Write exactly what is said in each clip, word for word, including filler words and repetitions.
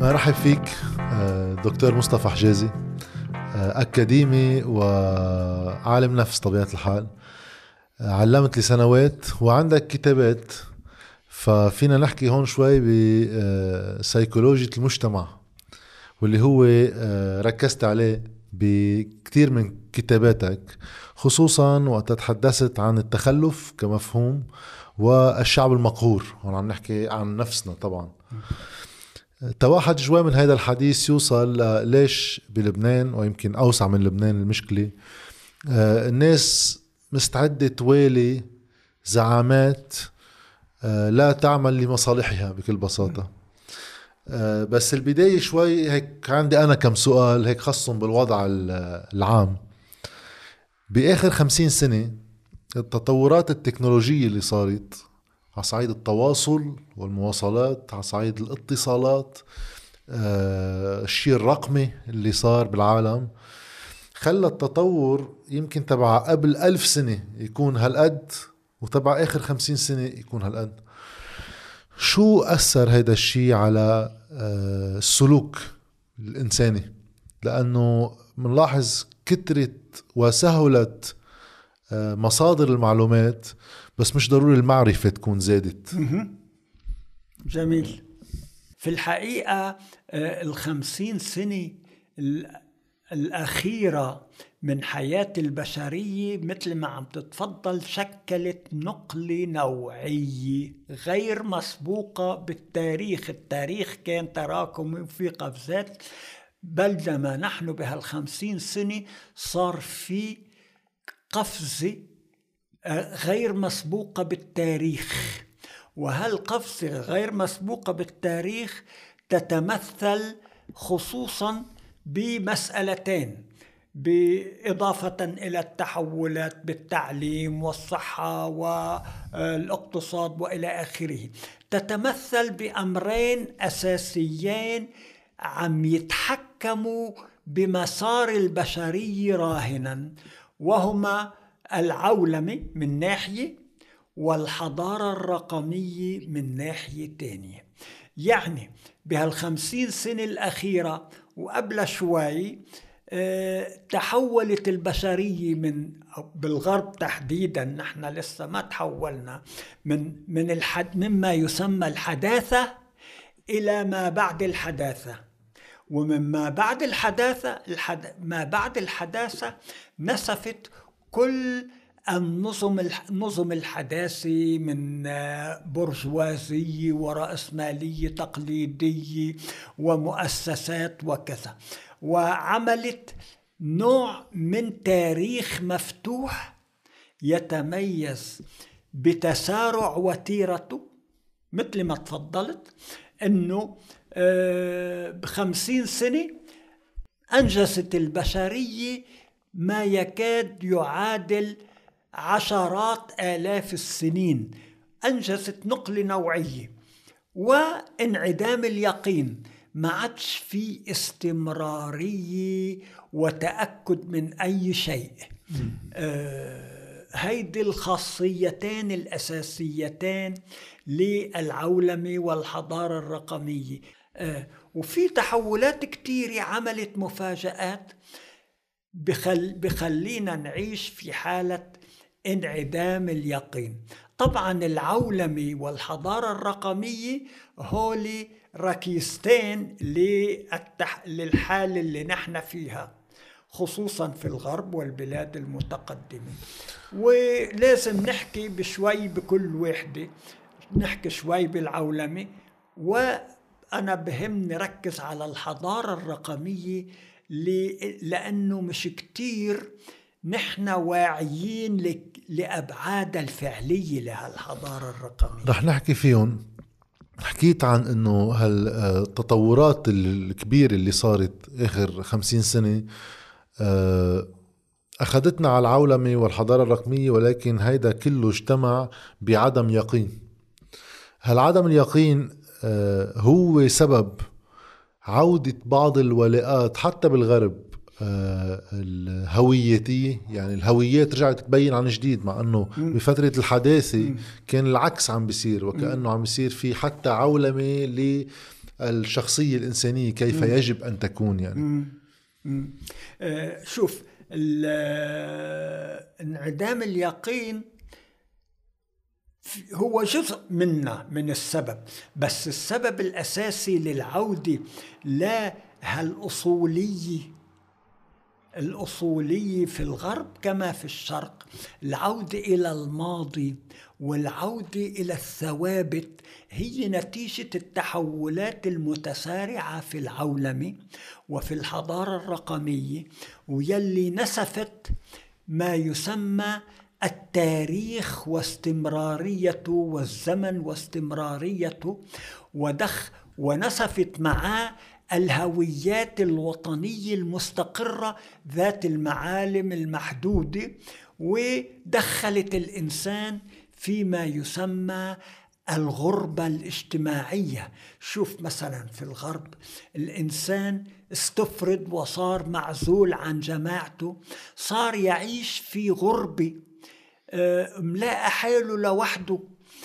أرحب فيك دكتور مصطفى حجازي، أكاديمي وعالم نفس طبيعة الحال. علمت لسنوات وعندك كتابات، ففينا نحكي هون شوي بسيكولوجية المجتمع، واللي هو ركزت عليه بكتير من كتاباتك، خصوصا وقت تحدثت عن التخلف كمفهوم والشعب المقهور. هون عم نحكي عن نفسنا طبعا. تواحد شوي من هذا الحديث يوصل ليش بلبنان ويمكن أوسع من لبنان المشكلة الناس مستعدة توالي زعامات لا تعمل لمصالحها بكل بساطة. بس البداية شوي هيك عندي أنا كم سؤال هيك خصهم بالوضع العام. بآخر خمسين سنة التطورات التكنولوجية اللي صارت على صعيد التواصل والمواصلات، على صعيد الاتصالات، آه، الشيء الرقمي اللي صار بالعالم، خلى التطور يمكن تبع قبل ألف سنة يكون هالقد، وتبع آخر خمسين سنة يكون هالقد. شو أثر هيدا الشيء على آه السلوك الإنساني؟ لأنه منلاحظ كترة وسهلت آه مصادر المعلومات، بس مش ضروري المعرفة تكون زادت. جميل. في الحقيقة الخمسين سنة الأخيرة من حياة البشرية مثل ما عم تتفضل شكلت نقلة نوعية غير مسبوقة بالتاريخ. التاريخ كان تراكمي في قفزات، بينما نحن بهالخمسين سنة صار في قفزة غير مسبوقة بالتاريخ. وهالقفزة غير مسبوقة بالتاريخ تتمثل خصوصا بمسألتين، بإضافة إلى التحولات بالتعليم والصحة والاقتصاد وإلى آخره. تتمثل بأمرين أساسيين عم يتحكموا بمسار البشرية راهنا، وهما العولمة من ناحية والحضارة الرقمية من ناحية تانية. يعني بهالخمسين سنة الأخيرة وقبل شوي اه تحولت البشرية من بالغرب تحديدا، نحن لسه ما تحولنا من من الحد مما يسمى الحداثة إلى ما بعد الحداثة، ومما بعد الحداثة الحد... ما بعد الحداثة نسفت كل النظم النظم الحداثي من برجوازية ورأسمالية تقليدية ومؤسسات وكذا، وعملت نوع من تاريخ مفتوح يتميز بتسارع وتيرته. مثل ما تفضلت انه بخمسين سنة انجزت البشرية ما يكاد يعادل عشرات آلاف السنين. أنجزت نقلة نوعية وانعدام اليقين، ما عادش في استمرارية وتأكد من أي شيء. آه هيدي الخاصيتين الأساسيتين للعولمة والحضارة الرقمية. آه وفي تحولات كتيرة عملت مفاجآت بخل بخلينا نعيش في حالة انعدام اليقين. طبعا العولمة والحضارة الرقمية هولي ركيزتين للتح... للحالة اللي نحن فيها، خصوصا في الغرب والبلاد المتقدمة. ولازم نحكي بشوي بكل وحدة. نحكي شوي بالعولمة، وأنا بهم نركز على الحضارة الرقمية لأنه مش كتير نحن واعيين لأبعاد الفعلية لهالحضارة الرقمية. رح نحكي فيهم. حكيت عن أنه هالتطورات الكبيرة اللي صارت آخر خمسين سنة أخذتنا على العولمة والحضارة الرقمية، ولكن هيدا كله اجتمع بعدم يقين. هالعدم اليقين هو سبب عودة بعض الولاءات حتى بالغرب الهويتية. يعني الهويات رجعت تبين عن جديد، مع أنه بفترة الحداثة كان العكس عم بيصير، وكأنه عم بيصير في حتى عولمة الشخصية الإنسانية كيف م. يجب أن تكون يعني. م. م. آه شوف، انعدام اليقين هو جزء منا من السبب، بس السبب الأساسي للعودة لا هالأصولي الأصولي في الغرب كما في الشرق، العودة إلى الماضي والعودة إلى الثوابت هي نتيجة التحولات المتسارعة في العولمة وفي الحضارة الرقمية، ويلي نسفت ما يسمى التاريخ واستمراريته والزمن واستمراريته، ودخ ونسفت معاه الهويات الوطنية المستقرة ذات المعالم المحدودة، ودخلت الإنسان فيما يسمى الغربة الاجتماعية. شوف مثلا في الغرب الإنسان استفرد وصار معزول عن جماعته، صار يعيش في غربة، ملاقى حاله لوحده،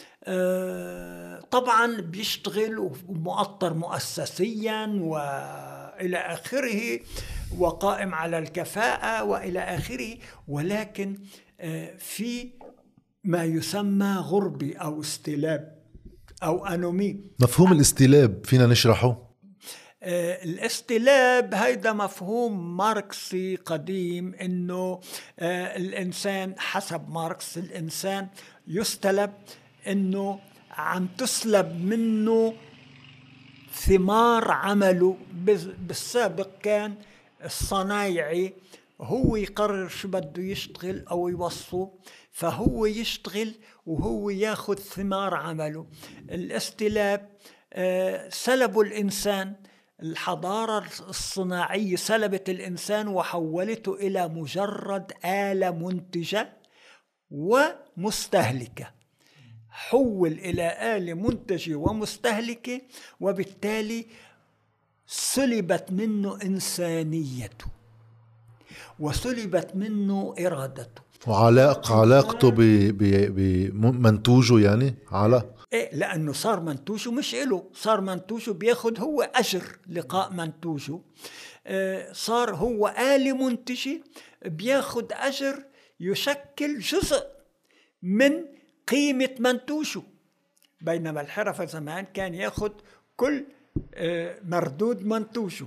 طبعا بيشتغل ومؤطر مؤسسيا وإلى آخره وقائم على الكفاءة وإلى آخره، ولكن في ما يسمى غربي أو استلاب أو أنومي. مفهوم الاستلاب فينا نشرحه؟ الاستلاب هيدا مفهوم ماركسي قديم، إنه الإنسان حسب ماركس الإنسان يستلب، إنه عم تسلب منه ثمار عمله. بالسابق كان الصنايعي هو يقرر شو بده يشتغل أو يوصفه، فهو يشتغل وهو ياخذ ثمار عمله. الاستلاب سلبوا الإنسان، الحضارة الصناعية سلبت الإنسان وحولته إلى مجرد آلة منتجة ومستهلكة، حول إلى آلة منتجة ومستهلكة، وبالتالي سلبت منه إنسانيته وسلبت منه إرادته وعلاق علاقته بمنتوجه، يعني علاقة إيه، لأنه صار منتوجه مش إله، صار منتوجه بياخد هو أجر لقاء منتوجه، آه صار هو آلة منتجة بياخد أجر يشكل جزء من قيمة منتوجه، بينما الحرفة زمان كان ياخد كل آه مردود منتوجه.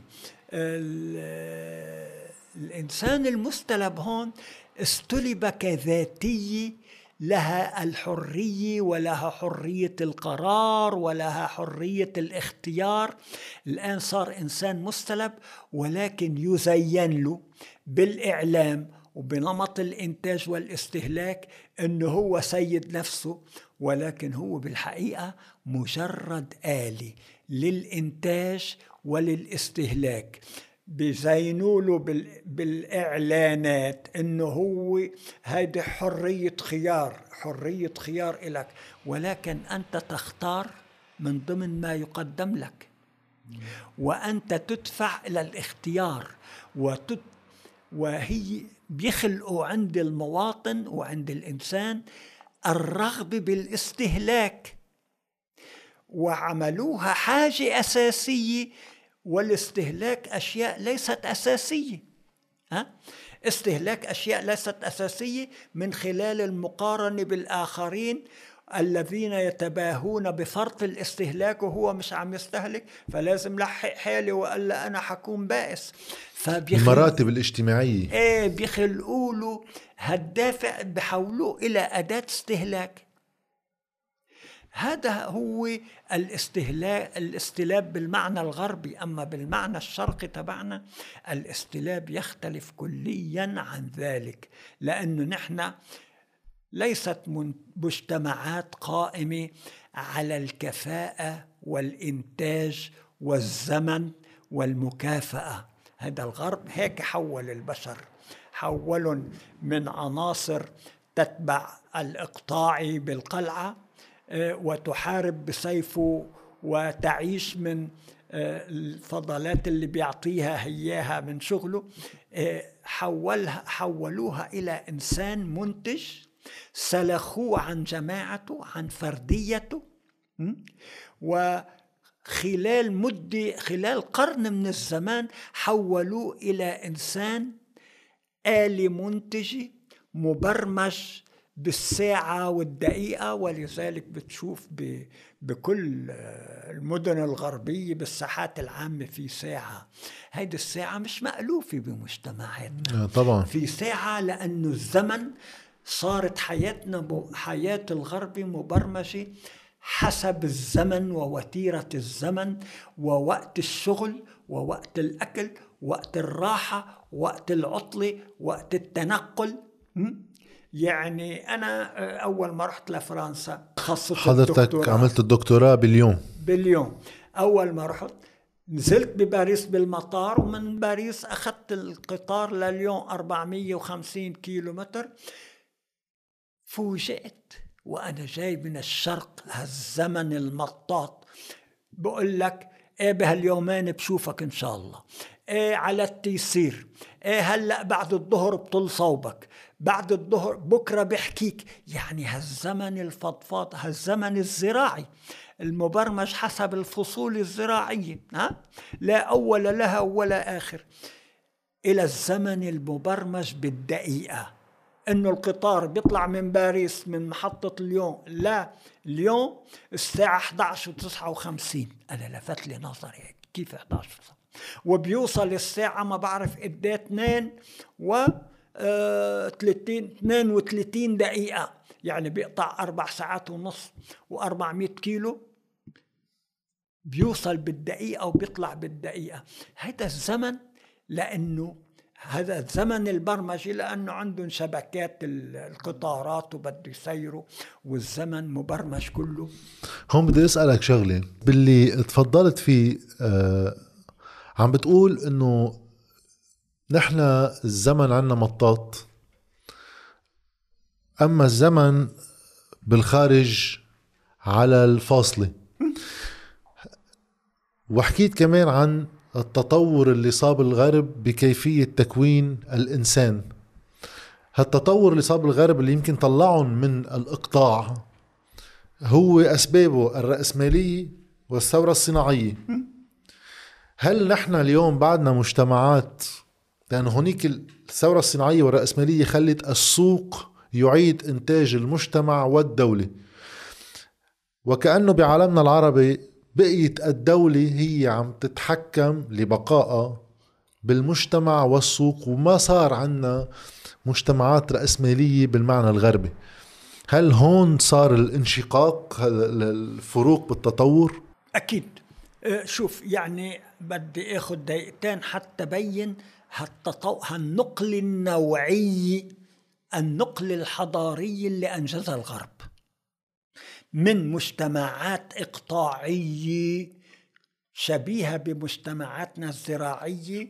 آه الإنسان المستلب هون استلب كذاتية لها الحرية ولها حرية القرار ولها حرية الاختيار. الآن صار إنسان مستلب، ولكن يزين له بالإعلام وبنمط الإنتاج والاستهلاك أنه هو سيد نفسه، ولكن هو بالحقيقة مجرد آلة للإنتاج وللاستهلاك. بيزينوا له بالإعلانات إنه هو هيدي حرية خيار، حرية خيار إلك، ولكن أنت تختار من ضمن ما يقدم لك، وأنت تدفع إلى الاختيار، وتد وهي بيخلقوا عند المواطن وعند الإنسان الرغبة بالاستهلاك، وعملوها حاجة أساسية، والاستهلاك أشياء ليست أساسية. ها؟ استهلاك أشياء ليست أساسية من خلال المقارنة بالآخرين الذين يتباهون بفرط الاستهلاك وهو مش عم يستهلك، فلازم لحق حالي وإلا أنا حكون بائس. المراتب الاجتماعية ايه بيخلقوا له هالدافع، بحولوه إلى أداة استهلاك. هذا هو الاستهلاك، الاستلاب بالمعنى الغربي. أما بالمعنى الشرقي تبعنا الاستلاب يختلف كليا عن ذلك، لأنه نحن ليست مجتمعات قائمة على الكفاءة والإنتاج والزمن والمكافأة. هذا الغرب هيك حول البشر، حولهم من عناصر تتبع الإقطاعي بالقلعة وتحارب بسيفه وتعيش من الفضلات اللي بيعطيها هياها من شغله، حولها حولوها إلى إنسان منتج، سلخوه عن جماعته عن فرديته، خلال مدة خلال قرن من الزمان حولوه إلى إنسان آلي منتجة مبرمج بالساعة والدقيقة. ولذلك بتشوف بكل المدن الغربية بالساحات العامة في ساعة. هيدي الساعة مش مألوفة بمجتمعاتنا طبعا، في ساعة، لأنه الزمن صارت حياتنا حياة الغرب مبرمجة حسب الزمن ووتيرة الزمن ووقت الشغل ووقت الأكل، وقت الراحة، وقت العطلة، وقت التنقل. يعني أنا أول ما رحت لفرنسا خصصت حضرتك الدكتوراه. عملت الدكتوراه باليوم باليوم أول ما رحت نزلت بباريس بالمطار، ومن باريس أخذت القطار لليون أربعمية وخمسين كيلو متر. فوجئت وأنا جاي من الشرق هالزمن المطاط بقول لك ايه بهاليومين بشوفك ان شاء الله، ايه على التيسير، ايه هلأ بعد الظهر بطل صوبك، بعد الظهر بكرة بحكيك. يعني هالزمن الفضفاض، هالزمن الزراعي المبرمج حسب الفصول الزراعية، ها؟ لا أول لها ولا آخر، إلى الزمن المبرمج بالدقيقة، إنه القطار بيطلع من باريس من محطة ليون لا ليون الساعة إحدى عشر وتسعة وخمسين. أنا لفت لي نظري كيف إحدى عشر وبيوصل الساعة ما بعرف قد ايه اثنين وثلاثين اثنين وثلاثين دقيقة، يعني بيقطع أربع ساعات ونص وأربعمائة كيلو، بيوصل بالدقيقة وبيطلع بالدقيقة. هذا الزمن لأنه هذا الزمن البرمجي، لأنه عندهم شبكات القطارات وبده يسيروا، والزمن مبرمج كله. هون بدي أسألك شغلة باللي تفضلت فيه. آه عم بتقول إنه نحن الزمن عنا مطاط، أما الزمن بالخارج على الفاصلة. وحكيت كمان عن التطور اللي صاب الغرب بكيفية تكوين الإنسان. هالتطور اللي صاب الغرب اللي يمكن طلعهم من الإقطاع هو أسبابه الرأسمالية والثورة الصناعية. هل نحن اليوم بعدنا مجتمعات، لأن هناك الثورة الصناعية والرأسمالية خلت السوق يعيد إنتاج المجتمع والدولة، وكأنه بعالمنا العربي بقيت الدولة هي عم تتحكم لبقائها بالمجتمع والسوق، وما صار عنا مجتمعات رأسمالية بالمعنى الغربي. هل هون صار الانشقاق، الفروق بالتطور؟ أكيد. شوف، يعني بدي أخذ دقيقتين حتى بين هالتطور، هالنقل النوعي، النقل الحضاري اللي أنجزها الغرب من مجتمعات إقطاعية شبيهة بمجتمعاتنا الزراعية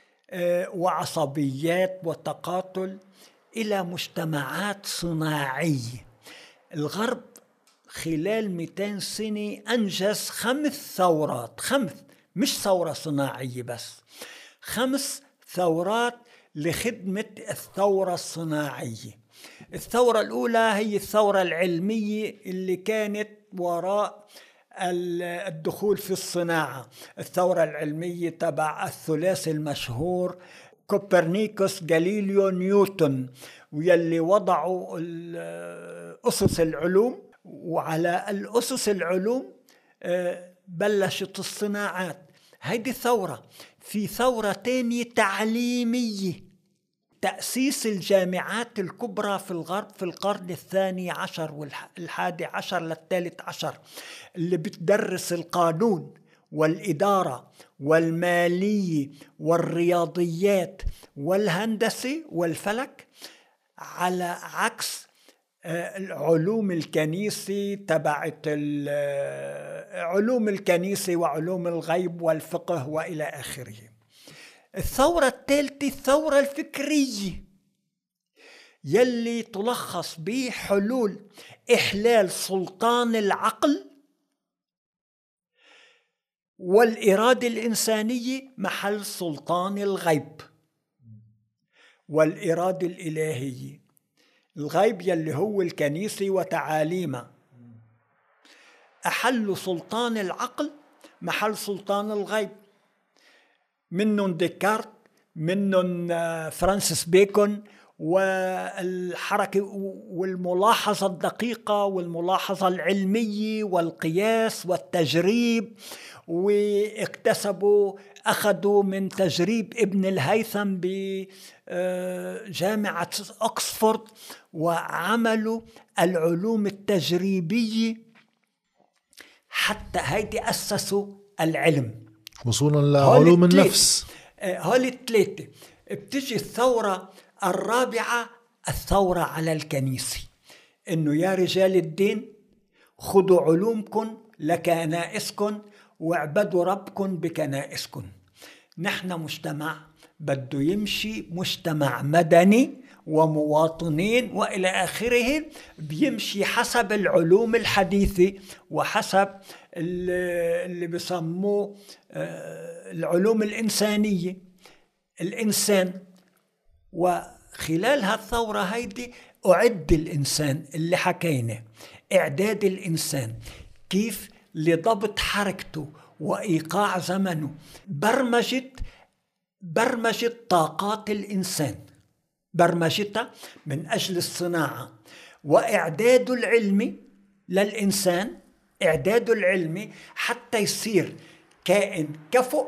وعصبيات وتقاتل إلى مجتمعات صناعية. الغرب خلال مئتين سنة أنجز خمس ثورات، خمس، مش ثورة صناعية بس، خمس ثورات لخدمة الثورة الصناعية. الثورة الأولى هي الثورة العلمية اللي كانت وراء الدخول في الصناعة، الثورة العلمية تبع الثلاثي المشهور كوبرنيكوس غاليليو نيوتن، ويلي وضعوا أسس العلوم، وعلى الأسس العلوم بلشت الصناعات. هيدي الثورة. في ثورة تانية تعليمية، تأسيس الجامعات الكبرى في الغرب في القرن الثاني عشر والحادي عشر للثالث عشر، اللي بتدرس القانون والإدارة والمالية والرياضيات والهندسة والفلك، على عكس علوم الكنيسة تبعت علوم الكنيسة وعلوم الغيب والفقه وإلى آخره. الثورة الثالثة الثورة الفكرية، يلي تلخص بحلول إحلال سلطان العقل والإرادة الإنسانية محل سلطان الغيب والإرادة الإلهية. الغيب يلي هو الكنيسة وتعاليمها، أحلوا سلطان العقل محل سلطان الغيب، منهم ديكارت، منهم فرانسيس بيكون، والحركة والملاحظة الدقيقة والملاحظة العلمية والقياس والتجريب. واكتسبوا أخذوا من تجريب ابن الهيثم بجامعة أكسفورد، وعملوا العلوم التجريبية حتى هيدي أسسوا العلم وصولا لعلوم النفس. هول الثلاثة. بتجي الثورة الرابعة، الثورة على الكنيسة، إنه يا رجال الدين خذوا علومكم لكنائسكم واعبدوا ربكم بكنائسكم. نحن مجتمع بده يمشي مجتمع مدني ومواطنين وإلى آخره، بيمشي حسب العلوم الحديثة وحسب اللي بسموه العلوم الإنسانية، الإنسان. وخلال هالثورة هيدي أعد الإنسان اللي حكينا، إعداد الإنسان كيف لضبط حركته وإيقاع زمنه، برمجة برمجة طاقات الإنسان، برمجتها من أجل الصناعة، وإعداد العلمي للإنسان، إعداد العلمي حتى يصير كائن كفؤ،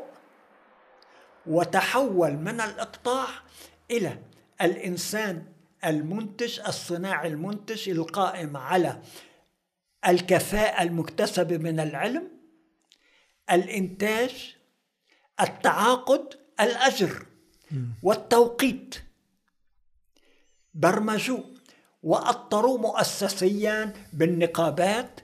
وتحول من الإقطاع إلى الإنسان المنتج الصناعي المنتج القائم على الكفاءة المكتسبة من العلم، الإنتاج، التعاقد، الأجر والتوقيت. برمجوا وأطروا مؤسسيا بالنقابات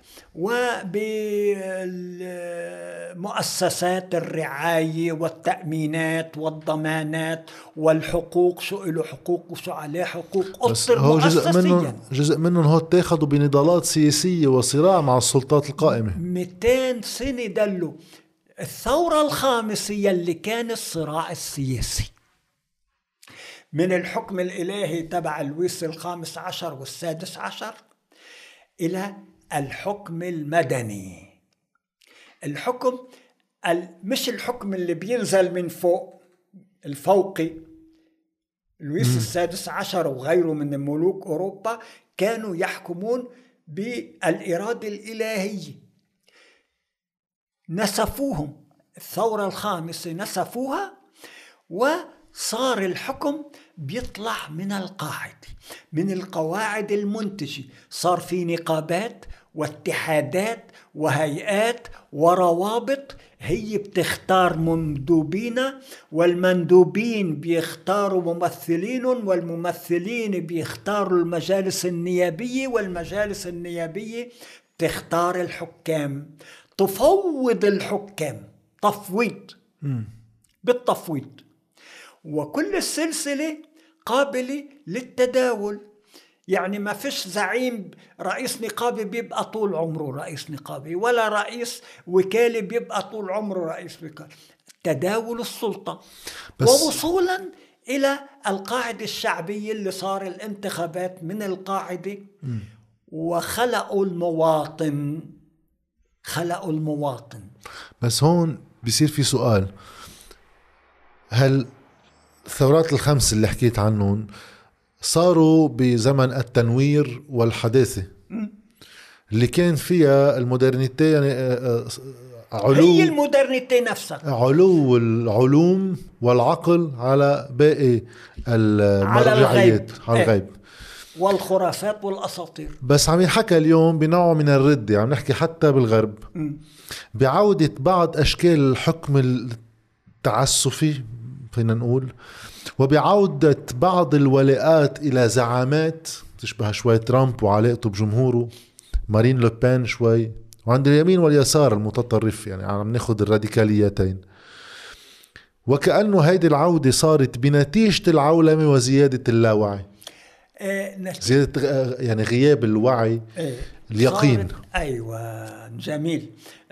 وبمؤسسات الرعاية والتأمينات والضمانات والحقوق، شو له حقوق وشو عليه حقوق، أطر مؤسسيا. جزء منهم جزء منهم هو اتخذوا بنضالات سياسية وصراع مع السلطات القائمة. مئتين سنة دلوا. الثورة الخامسة اللي كان الصراع السياسي من الحكم الإلهي تبع لويس الخامس عشر والسادس عشر إلى الحكم المدني. الحكم مش الحكم اللي بينزل من فوق الفوقي. لويس السادس عشر وغيره من ملوك أوروبا كانوا يحكمون بالإرادة الإلهية، نسفوهم. الثورة الخامسة نسفوها، وصار الحكم بيطلع من القاعدة، من القواعد المنتجة. صار في نقابات واتحادات وهيئات وروابط هي بتختار مندوبين، والمندوبين بيختاروا ممثلين، والممثلين بيختاروا المجالس النيابية، والمجالس النيابية تختار الحكام، تفوض الحكام تفويض م. بالتفويض. وكل السلسلة قابلة للتداول، يعني ما فيش زعيم رئيس نقابة بيبقى طول عمره رئيس نقابة، ولا رئيس وكالة بيبقى طول عمره رئيس وكالة. تداول السلطة ووصولا إلى القاعدة الشعبية اللي صار الانتخابات من القاعدة م. وخلقوا المواطن، خلقوا المواطن. بس هون بيصير في سؤال، هل الثورات الخمس اللي حكيت عنهم صاروا بزمن التنوير والحداثة اللي كان فيها المودرنيتي، يعني علو هي المودرنيتي نفسها، علو العلوم والعقل على باقي المرجعيات، على الغيب والخرافات والأساطير. بس عم يحكى اليوم بنوع من الرد، عم نحكي حتى بالغرب م. بعودة بعض أشكال الحكم التعسفي فينا نقول، وبعودة بعض الولاءات إلى زعامات تشبه شوي ترامب وعلاقته بجمهوره، مارين لوبين شوي، وعند اليمين واليسار المتطرف، يعني عم ناخد الراديكاليتين. وكأنه هيدي العودة صارت بنتيجة العولمة وزيادة اللاوعي، زيادة يعني غياب الوعي، اليقين. أيوة جميل.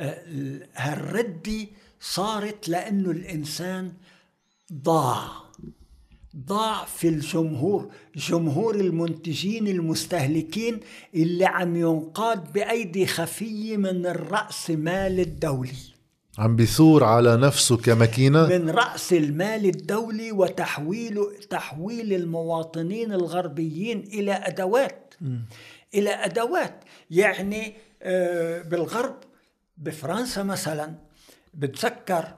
هالردي صارت لأنه الإنسان ضاع ضاع في الجمهور، جمهور المنتجين المستهلكين اللي عم ينقاد بأيدي خفية من الرأس مال الدولي. عم بيثور على نفسه كماكينة من رأس المال الدولي وتحويل تحويل المواطنين الغربيين إلى أدوات م. إلى أدوات. يعني بالغرب بفرنسا مثلا بتذكر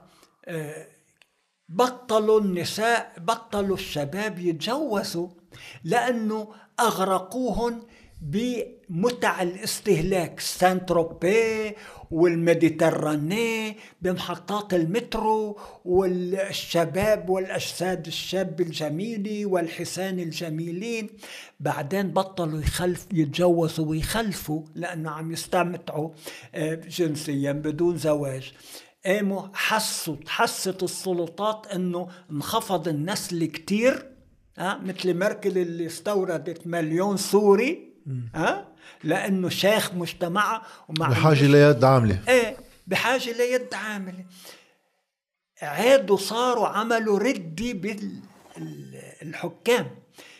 بطلوا النساء بطلوا الشباب يتجوزوا لأنه أغرقوهم بمتع الاستهلاك، سانتروبي والميديتراني بمحطات المترو والشباب والأجساد الشاب الجميل والحسان الجميلين. بعدين بطلوا يخلف يتجوزوا ويخلفوا لأنه عم يستمتعوا جنسيا بدون زواج. قاموا حسوا حست السلطات انه انخفض النسل كتير، ها مثل ميركل اللي استوردت مليون سوري، ها لانه شيخ مجتمعها بحاجه ليد عامله. ايه بحاجه ليد عامله. عادوا صاروا عملوا ردي بالحكام،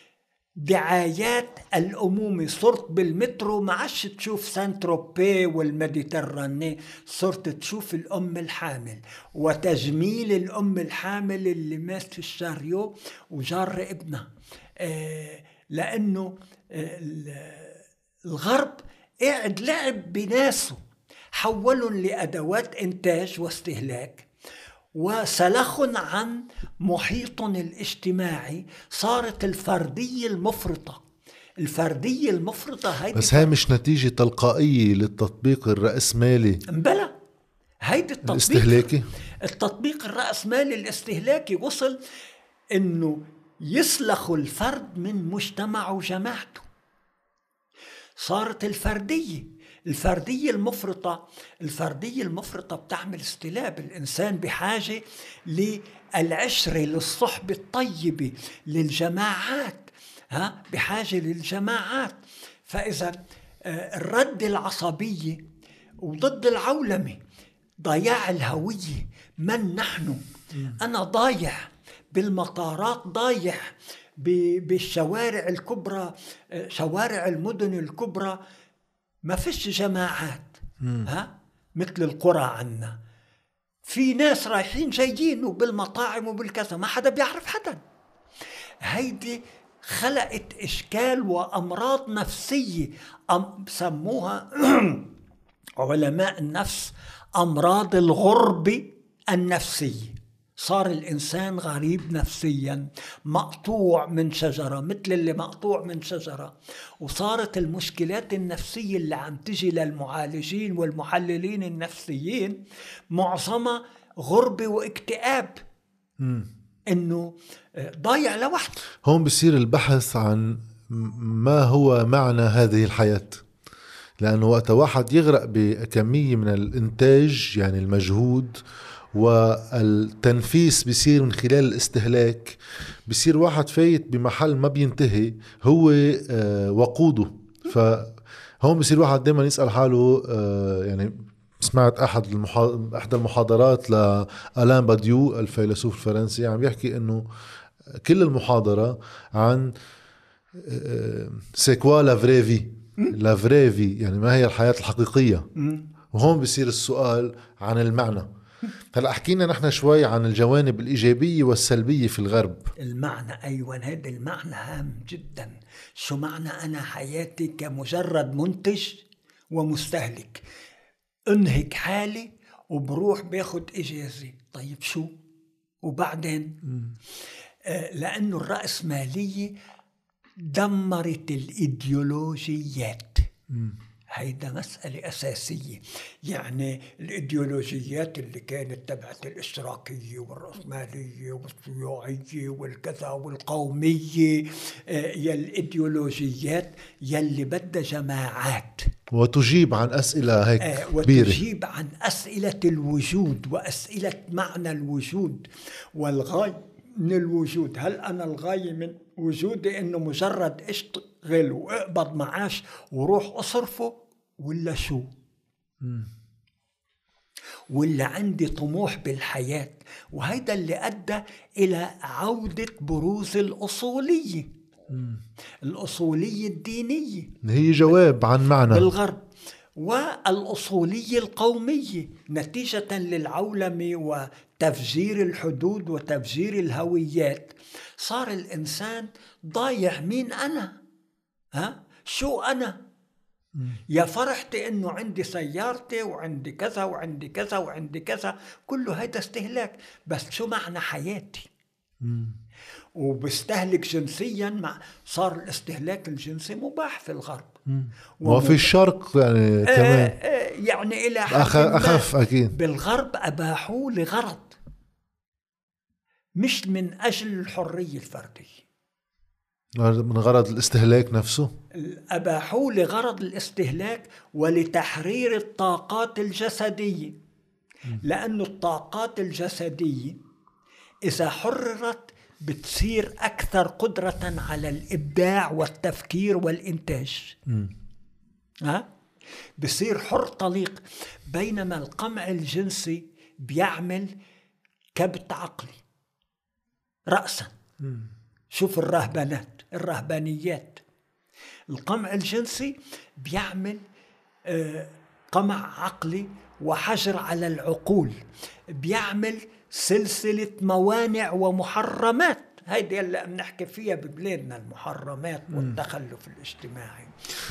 دعايات الأمومة. صرت بالمترو ما عادش تشوف سانتروبي والميديتراني، صرت تشوف الأم الحامل وتجميل الأم الحامل اللي مات في الشاريو وجار ابنها. آه لأنه آه الغرب قاعد لعب بناسه، حولهم لأدوات إنتاج واستهلاك وسلخن عن محيطهم الاجتماعي. صارت الفردية المفرطة الفردية المفرطة هيدي. بس هاي مش نتيجة تلقائية للتطبيق الرأسمالي بلا هيدي التطبيق الاستهلاكي. التطبيق الرأسمالي الاستهلاكي وصل انه يسلخ الفرد من مجتمعه وجماعته. صارت الفردية الفردية المفرطة الفردية المفرطة بتعمل استلاب. الإنسان بحاجة للعشرة، للصحبة الطيبة، للجماعات، ها بحاجة للجماعات. فإذا الرد العصبية وضد العولمة، ضياع الهوية، من نحن؟ أنا ضايع بالمطارات، ضايع بالشوارع الكبرى، شوارع المدن الكبرى ما فيش جماعات، ها مثل القرى عنا في ناس رايحين جايين وبالمطاعم وبالكذا ما حدا بيعرف حدا. هيدي خلقت إشكال وأمراض نفسية أم سموها علماء النفس أمراض الغربة النفسية. صار الإنسان غريب نفسيا، مقطوع من شجرة، مثل اللي مقطوع من شجرة. وصارت المشكلات النفسية اللي عم تجي للمعالجين والمحللين النفسيين معظمها غربة واكتئاب، م. إنه ضايع لوحده. هون بصير البحث عن ما هو معنى هذه الحياة، لأنه وقت واحد يغرق بكمية من الإنتاج، يعني المجهود والتنفيس بيصير من خلال الاستهلاك، بيصير واحد فايت بمحل ما بينتهي هو وقوده. فهون بيصير واحد دايما يسأل حاله، يعني سمعت أحد المحا... أحد المحاضرات لألان باديو الفيلسوف الفرنسي عم يحكي إنه كل المحاضرة عن سيكوا لا فري في لا فري في، يعني ما هي الحياة الحقيقية. وهون بيصير السؤال عن المعنى. هلا حكينا نحن شوي عن الجوانب الإيجابية والسلبية في الغرب. المعنى أيوة، هذا المعنى هام جدا. شو معنى أنا حياتي كمجرد منتج ومستهلك؟ انهك حالي وبروح باخد إجازة. طيب شو وبعدين؟ آه لأنه الرأسمالية دمرت الإيديولوجيات. م. هيدا مسألة أساسية. يعني الإيديولوجيات اللي كانت تبعت الاشتراكية والرأسمالية والصياعية والكذا والقومية، يا الإيديولوجيات يلي بدها جماعات وتجيب عن أسئلة هيك كبيرة، وتجيب عن أسئلة الوجود وأسئلة معنى الوجود والغاية من الوجود. هل أنا الغاية من وجودي إنه مجرد اشتغل واقبض معاش وروح أصرفه، ولا شو؟ م. ولا عندي طموح بالحياة؟ وهيدا اللي أدى إلى عودة بروز الأصولية. م. الأصولية الدينية هي جواب عن معنى بالغرب. والأصولية القومية نتيجة للعولمة وتفجير الحدود وتفجير الهويات. صار الإنسان ضايع مين أنا؟ ها؟ شو أنا؟ يا فرحتي إنه عندي سيارتي وعندي كذا وعندي كذا وعندي كذا، كله هيدا استهلاك، بس شو معنى حياتي؟ وبستهلك جنسيا، مع صار الاستهلاك الجنسي مباح في الغرب وفي الشرق يعني آه كمان آه يعني إلى حد أخ... أخف أكيد. بالغرب أباحوه لغرض مش من أجل الحرية الفردية، من غرض الاستهلاك نفسه. أباحوه لغرض الاستهلاك ولتحرير الطاقات الجسدية، لأن الطاقات الجسدية إذا حررت بتصير أكثر قدرة على الإبداع والتفكير والإنتاج. ها؟ بصير حر طليق. بينما القمع الجنسي بيعمل كبت عقلي رأسا. م. شوف الرهبانات الرهبانيات، القمع الجنسي بيعمل آه قمع عقلي وحجر على العقول، بيعمل سلسلة موانع ومحرمات. هيدي اللي بنحكي فيها ببلادنا، المحرمات والتخلف الاجتماعي.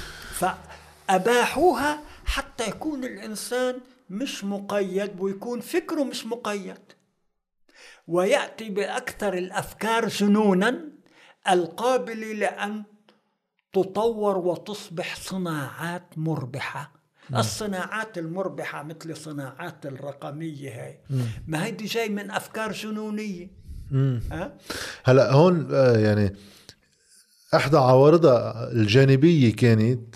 فأباحوها حتى يكون الإنسان مش مقيد ويكون فكره مش مقيد، ويأتي بأكثر الأفكار جنونا القابلة لأن تطور وتصبح صناعات مربحة. الصناعات المربحة مثل صناعات الرقمية هاي، ما هيدي جاي من أفكار جنونية. أه؟ هلأ هون يعني أحدى عوارضها الجانبية كانت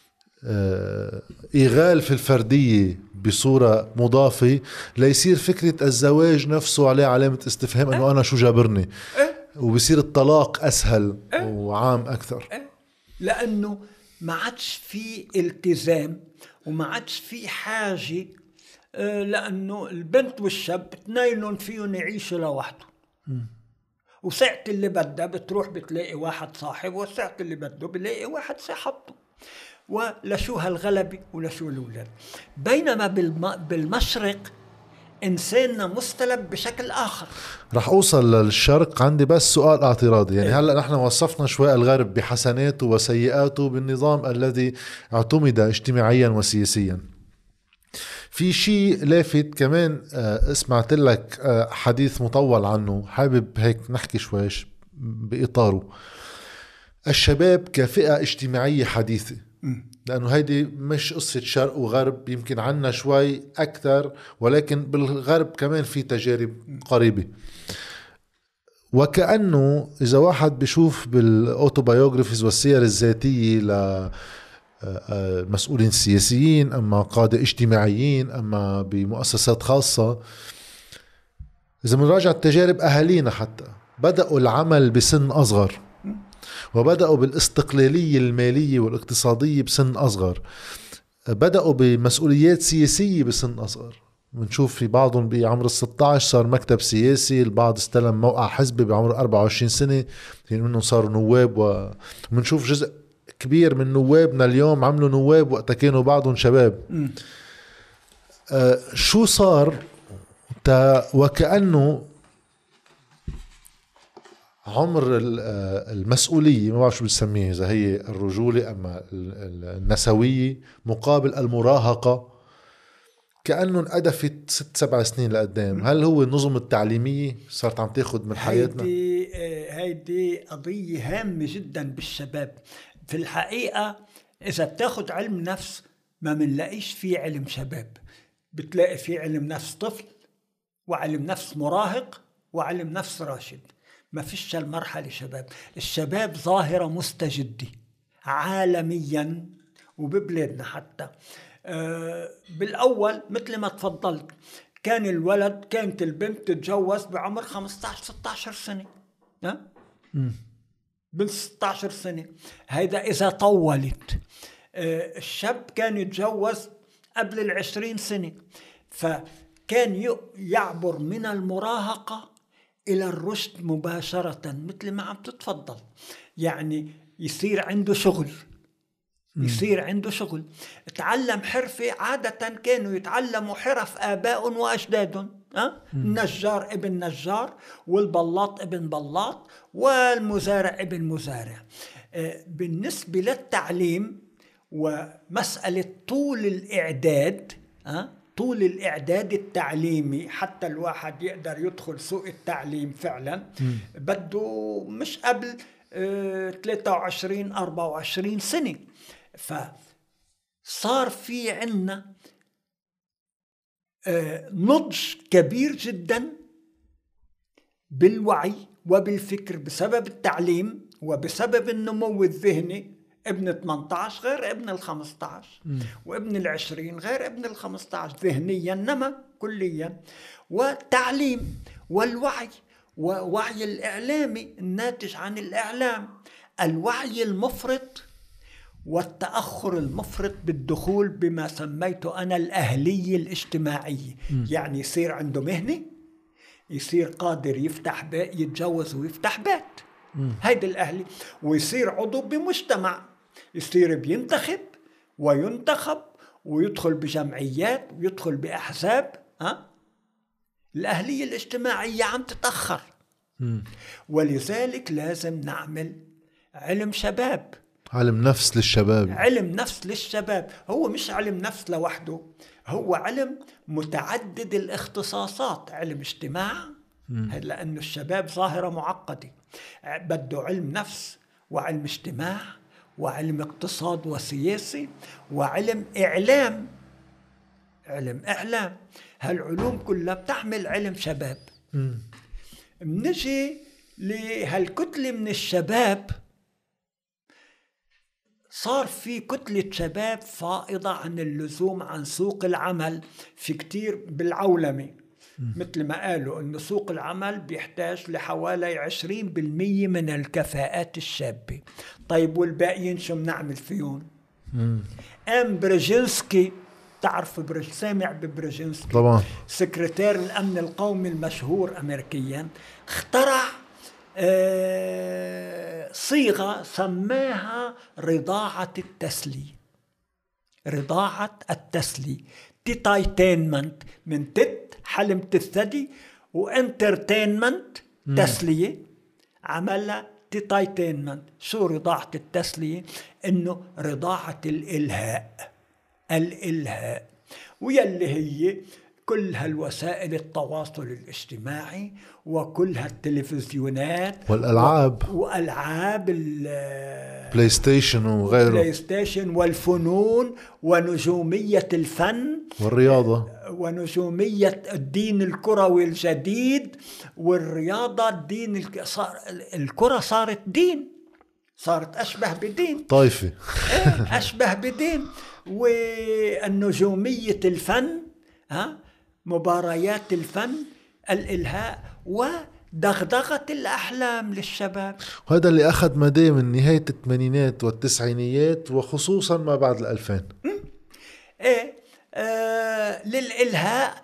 إغال في الفردية بصورة مضافة ليصير فكرة الزواج نفسه عليه علامة استفهام، أنه أنا شو جابرني، وبصير الطلاق أسهل وعام أكثر، لأنه ما عادش في التزام وما عادش في حاجة، لأنه البنت والشاب اثنينهم فيهم يعيشوا لوحده، وساعة اللي بدها بتروح بتلاقي واحد صاحب، وساعة اللي بده بلاقي واحد صاحبته، ولا شو هالغلبة ولا شو الأولاد. بينما بالمشرق إنساننا مستلب بشكل آخر. رح أوصل للشرق، عندي بس سؤال اعتراضي. يعني هلأ نحن وصفنا شوي الغرب بحسناته وسيئاته بالنظام الذي اعتمد اجتماعيا وسياسيا. في شيء لافت كمان، سمعت لك حديث مطول عنه، حابب هيك نحكي شوي بإطاره. الشباب كفئة اجتماعية حديثة، لأنه هيدي مش قصة شرق وغرب، يمكن عنا شوي أكثر، ولكن بالغرب كمان في تجارب قريبة. وكأنه إذا واحد بيشوف بالأوتوبايوغرافيز والسير الذاتية لمسؤولين سياسيين، أما قادة اجتماعيين، أما بمؤسسات خاصة، إذا منراجع تجارب أهالينا حتى بدأوا العمل بسن أصغر، وبدأوا بالاستقلالية المالية والاقتصادية بسن أصغر، بدأوا بمسؤوليات سياسية بسن أصغر. بنشوف في بعضهم بعمر الستة عشر صار مكتب سياسي، البعض استلم موقع حزبي بعمر أربعة وعشرين سنة، يعني منهم صاروا نواب. ومنشوف جزء كبير من نوابنا اليوم عملوا نواب وقتا كانوا بعضهم شباب. آه شو صار تا وكأنه عمر المسؤولية، ما بعرف شو بسميه، إذا هي الرجولة أما النسوية مقابل المراهقة، كأنه انقدفت ست سبع سنين لقدام. هل هو النظم التعليمية صارت عم تاخد من حياتنا؟ هيدي, هيدي قضية هامة جدا بالشباب. في الحقيقة إذا بتاخد علم نفس ما منلاقيش فيه علم شباب، بتلاقي فيه علم نفس طفل وعلم نفس مراهق وعلم نفس راشد. ما فيش المرحلة شباب. الشباب ظاهرة مستجدة عالميا وببلادنا حتى. أه بالأول مثل ما تفضلت كان الولد كانت البنت تتجوز بعمر خمسة عشر ستة عشر سنة، ها؟ بنت ستة عشر سنة. هيدا إذا طولت. أه الشاب كان يتجوز قبل العشرين سنة، فكان يعبر من المراهقة إلى الرشد مباشرة مثل ما عم تتفضل. يعني يصير عنده شغل يصير عنده شغل. تعلم حرفة، عادة كانوا يتعلموا حرف آباء وأجدادهم. أه؟ النجار ابن نجار، والبلاط ابن بلاط، والمزارع ابن مزارع. أه بالنسبة للتعليم ومسألة طول الإعداد، أه؟ طول الإعداد التعليمي حتى الواحد يقدر يدخل سوق التعليم فعلا م. بده مش قبل أه ثلاثة وعشرين أربعة وعشرين سنة. فصار في عنا أه نضج كبير جدا بالوعي وبالفكر بسبب التعليم وبسبب النمو الذهني. ابن ثمانية عشر غير ابن ال خمسة عشر، وابن العشرين غير ابن ال خمسة عشر، ذهنيا نما كليا. والتعليم والوعي، ووعي الإعلامي الناتج عن الإعلام، الوعي المفرط والتأخر المفرط بالدخول بما سميته أنا الأهلية الاجتماعية. م. يعني يصير عنده مهنة، يصير قادر يفتح بيت، يتجوز ويفتح بيت، هيدا الأهلي، ويصير عضو بمجتمع، يصير بينتخب وينتخب ويدخل بجمعيات ويدخل بأحزاب. ها؟ الأهلية الاجتماعية عم تتأخر. م. ولذلك لازم نعمل علم شباب، علم نفس للشباب. علم نفس للشباب هو مش علم نفس لوحده، هو علم متعدد الاختصاصات. علم اجتماع، لأنه الشباب ظاهرة معقدة، بده علم نفس وعلم اجتماع وعلم اقتصاد وسياسي وعلم إعلام. علم إعلام، هالعلوم كلها بتعمل علم شباب. منجي لهالكتلة من الشباب، صار في كتلة شباب فائضة عن اللزوم عن سوق العمل في كتير بالعولمة. مثل ما قالوا أن سوق العمل بيحتاج لحوالي عشرين بالمية من الكفاءات الشابة. طيب والباقيين شو بنعمل فيهم؟ أم برجينسكي، تعرف برج سامع ببرجينسكي طبعا، سكرتير الأمن القومي المشهور أمريكيا، اخترع آه صيغة سماها رضاعة التسلية. رضاعة التسلية، تيتايتينمنت، من تت حلمة الثدي، وانترتينمنت تسلية، عملها تيتايتينمنت. شو رضاعة التسلية؟ انه رضاعة الالهاء، الالهاء، ويلي هي كل هالوسائل التواصل الاجتماعي وكل هالتلفزيونات والألعاب و... وألعاب بلاي ستيشن وغيره، بلاي ستيشن والفنون ونجومية الفن والرياضة ونجومية الدين الكروي الجديد والرياضة. الدين الك... صار... الكرة صارت دين، صارت أشبه بدين، طائفة أشبه بدين. والنجومية الفن، ها، مباريات الفن، الإلهاء ودغدغة الأحلام للشباب. وهذا اللي أخذ مدى من نهاية الثمانينات والتسعينيات وخصوصا ما بعد الألفين. إيه آه للإلهاء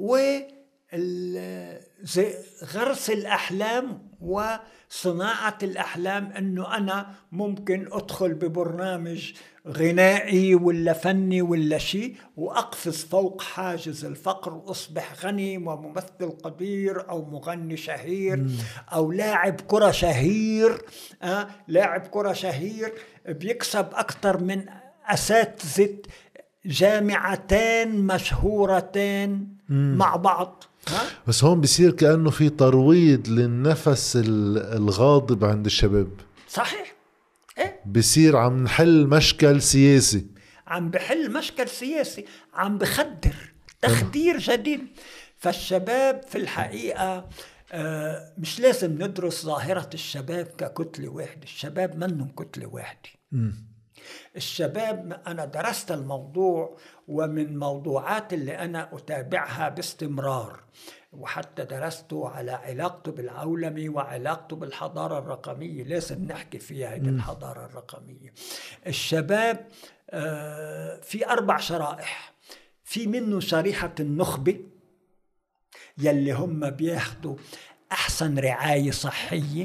وغرس الأحلام وصناعة الأحلام، أنه أنا ممكن أدخل ببرنامج غنائي ولا فني ولا شيء وأقفز فوق حاجز الفقر وأصبح غني وممثل قدير أو مغني شهير م. أو لاعب كرة شهير. آه لاعب كرة شهير بيكسب أكثر من أساتذة جامعتين مشهورتين م. مع بعض. ها؟ بس هون بيصير كأنه في ترويض للنفس الغاضب عند الشباب. صحيح، إيه؟ بيصير عم نحل مشكل سياسي، عم بحل مشكل سياسي، عم بخدر تخدير جديد. فالشباب في الحقيقة آه مش لازم ندرس ظاهرة الشباب ككتلة واحدة. الشباب منهم كتلة واحدة. م. الشباب، أنا درست الموضوع ومن موضوعات اللي أنا أتابعها باستمرار، وحتى درسته على علاقته بالعولمة وعلاقته بالحضارة الرقمية. لازم نحكي فيها هذه الحضارة الرقمية. الشباب في أربع شرائح. في منه شريحة النخبة يلي هم بياخدوا أحسن رعاية صحية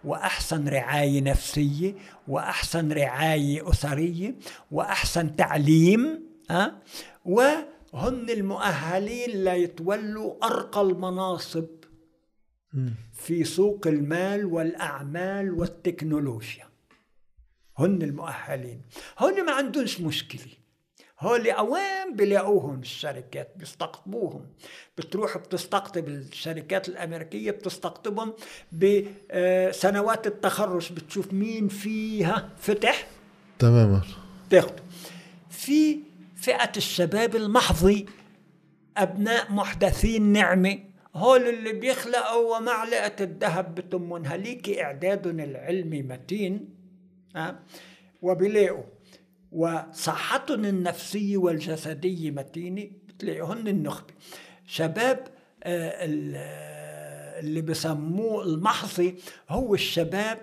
وأحسن رعاية نفسية وأحسن رعاية أسرية وأحسن تعليم، أه؟ وهن المؤهلين ليتولوا أرقى المناصب في سوق المال والأعمال والتكنولوجيا. هن المؤهلين، هن ما عندهمش مشكلة، هول أوام بلاقوهم الشركات بيستقطبوهم. بتروح بتستقطب الشركات الأمريكية بتستقطبهم بسنوات التخرج، بتشوف مين فيها فتح تماما تاخده. في فئة الشباب المحظي أبناء محدثين نعمة، هول اللي بيخلقوا ومعلقة الذهب بتمن هليك إعدادهم العلمي متين، أه؟ وبيلاقوا وصحتهم النفسية والجسدية متينة، بتلاقيهن النخبة. شباب اللي بسموه المحظي هو الشباب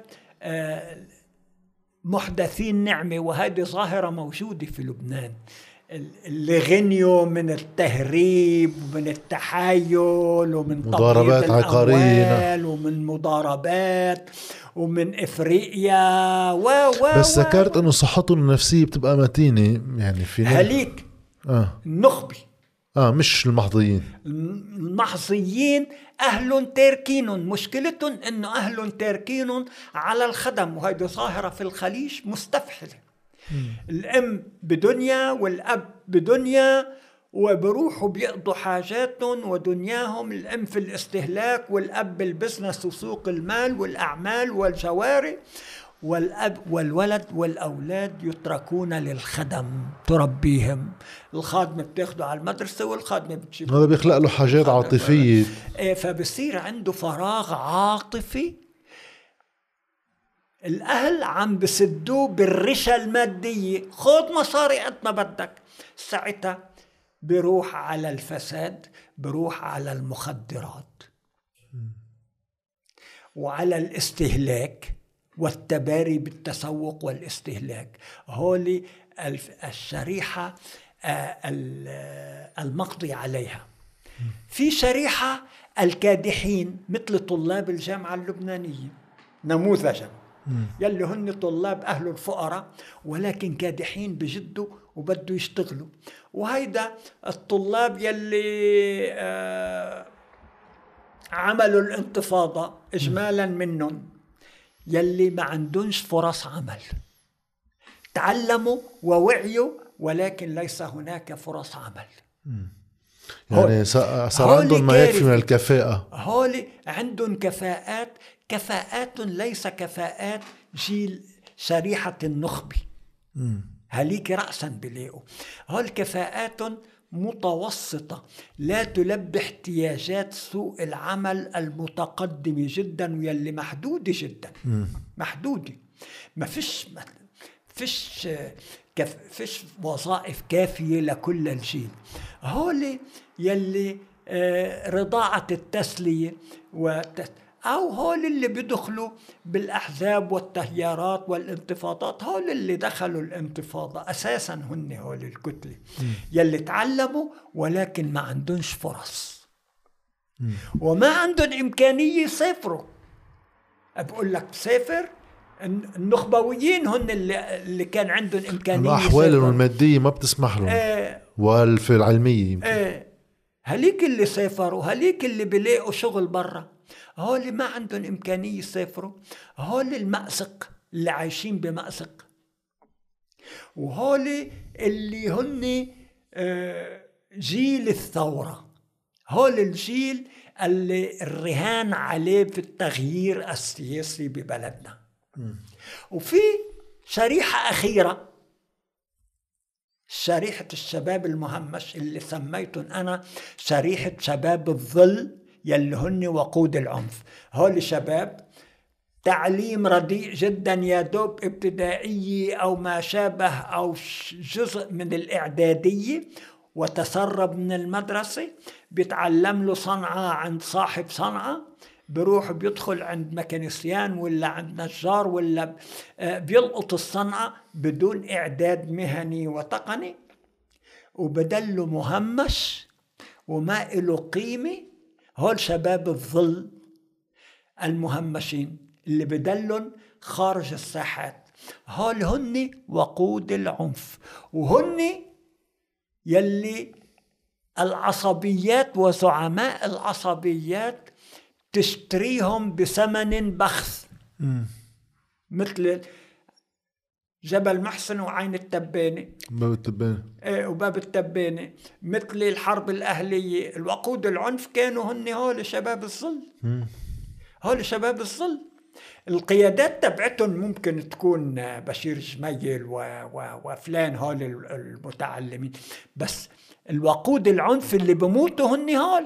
محدثين نعمة، وهذه ظاهرة موجودة في لبنان، اللي غنيوا من التهريب ومن التحايل ومن مضاربات عقارية ومن مضاربات ومن إفريقيا و و بس ذكرت أنه صحتهم النفسية بتبقى متينة، يعني في هليك آه. النخبة آه مش المحظيين. المحظيين أهل تاركين، مشكلتهم أنه أهل تاركين على الخدم، وهذه ظاهرة في الخليج مستفحلة. الأم بدنيا والأب بدنيا، وبروحوا بيقضوا حاجاتهم ودنياهم. الأم في الاستهلاك والأب بالبزنس وسوق المال والأعمال والجواري، والأب والولد والأولاد يتركون للخدم تربيهم. الخادمة بتاخده على المدرسة والخادمة بتجيب، هذا بيخلق له حاجات عاطفية، فبصير عنده فراغ عاطفي. الأهل عم بسدوه بالرشا المادية، خذ مصاري قد ما بدك، ساعتها بروح على الفساد، بروح على المخدرات وعلى الاستهلاك والتباري بالتسوق والاستهلاك. هولي الشريحة المقضي عليها. في شريحة الكادحين مثل طلاب الجامعة اللبنانية نموذجا، يلي هن طلاب أهل الفقراء ولكن كادحين بجدوا وبدوا يشتغلوا. وهيدا الطلاب يلي آه عملوا الانتفاضة إجمالا منهم، يلي ما عندهمش فرص عمل، تعلموا ووعيوا ولكن ليس هناك فرص عمل. يعني صار عندهم ما يكفي من الكفاءة. هولي عندهم كفاءات، كفاءات ليس كفاءات جيل شريحة النخبة، هليك رأسا بلاقوا. هول كفاءات متوسطة لا تلبي احتياجات سوق العمل المتقدمة جدا ويلي محدودة جدا، محدودة. ما فيش ما فيش كف فيش وظائف كافية لكل الجيل. هولي يلي رضاعة التسلية وت... أو هول اللي بيدخلوا بالأحزاب والتيارات والانتفاضات، هول اللي دخلوا الانتفاضة أساسا هن هول الكتلة يلي تعلموا ولكن ما عندهمش فرص م. وما عندهم إمكانية يسافروا. بقول لك سافر، النخبويين هن اللي, اللي كان عندهم إمكانية، أحوالهم المادية ما بتسمح لهم آه والفي العلمية يمكن. آه هليك اللي سافروا، هليك اللي بيلاقوا شغل برا. هول ما عندهم إمكانية يسافروا، هول المأسق اللي عايشين بمأسق، وهول اللي هن جيل الثورة، هول الجيل اللي الرهان عليه في التغيير السياسي ببلدنا. م. وفي شريحة أخيرة، شريحة الشباب المهمش اللي سميتهم أنا شريحة شباب الظل، يلي هن وقود العنف. هول شباب تعليم رديء جدا، يا دوب ابتدائية أو ما شابه أو جزء من الإعدادية، وتسرب من المدرسة، بيتعلم له صنعة عند صاحب صنعة، بروح بيدخل عند ميكانيسيان ولا عند نجار ولا بيلقط الصنعة بدون إعداد مهني وتقني، وبدله مهمش وما له قيمة. هول شباب الظل المهمشين اللي بدلن خارج الساحات. هول هن وقود العنف، وهن يلي العصبيات وزعماء العصبيات تشتريهم بثمن بخس، م. مثل جبل محسن وعين التبانة، باب التبانة ايه وباب التبانة، مثل الحرب الأهلية. الوقود العنف كانوا هن هول شباب الظل، هول شباب الظل. القيادات تبعتهم ممكن تكون بشير جميل و... و... وفلان هول المتعلمين، بس الوقود العنف اللي بموتوا هن هول.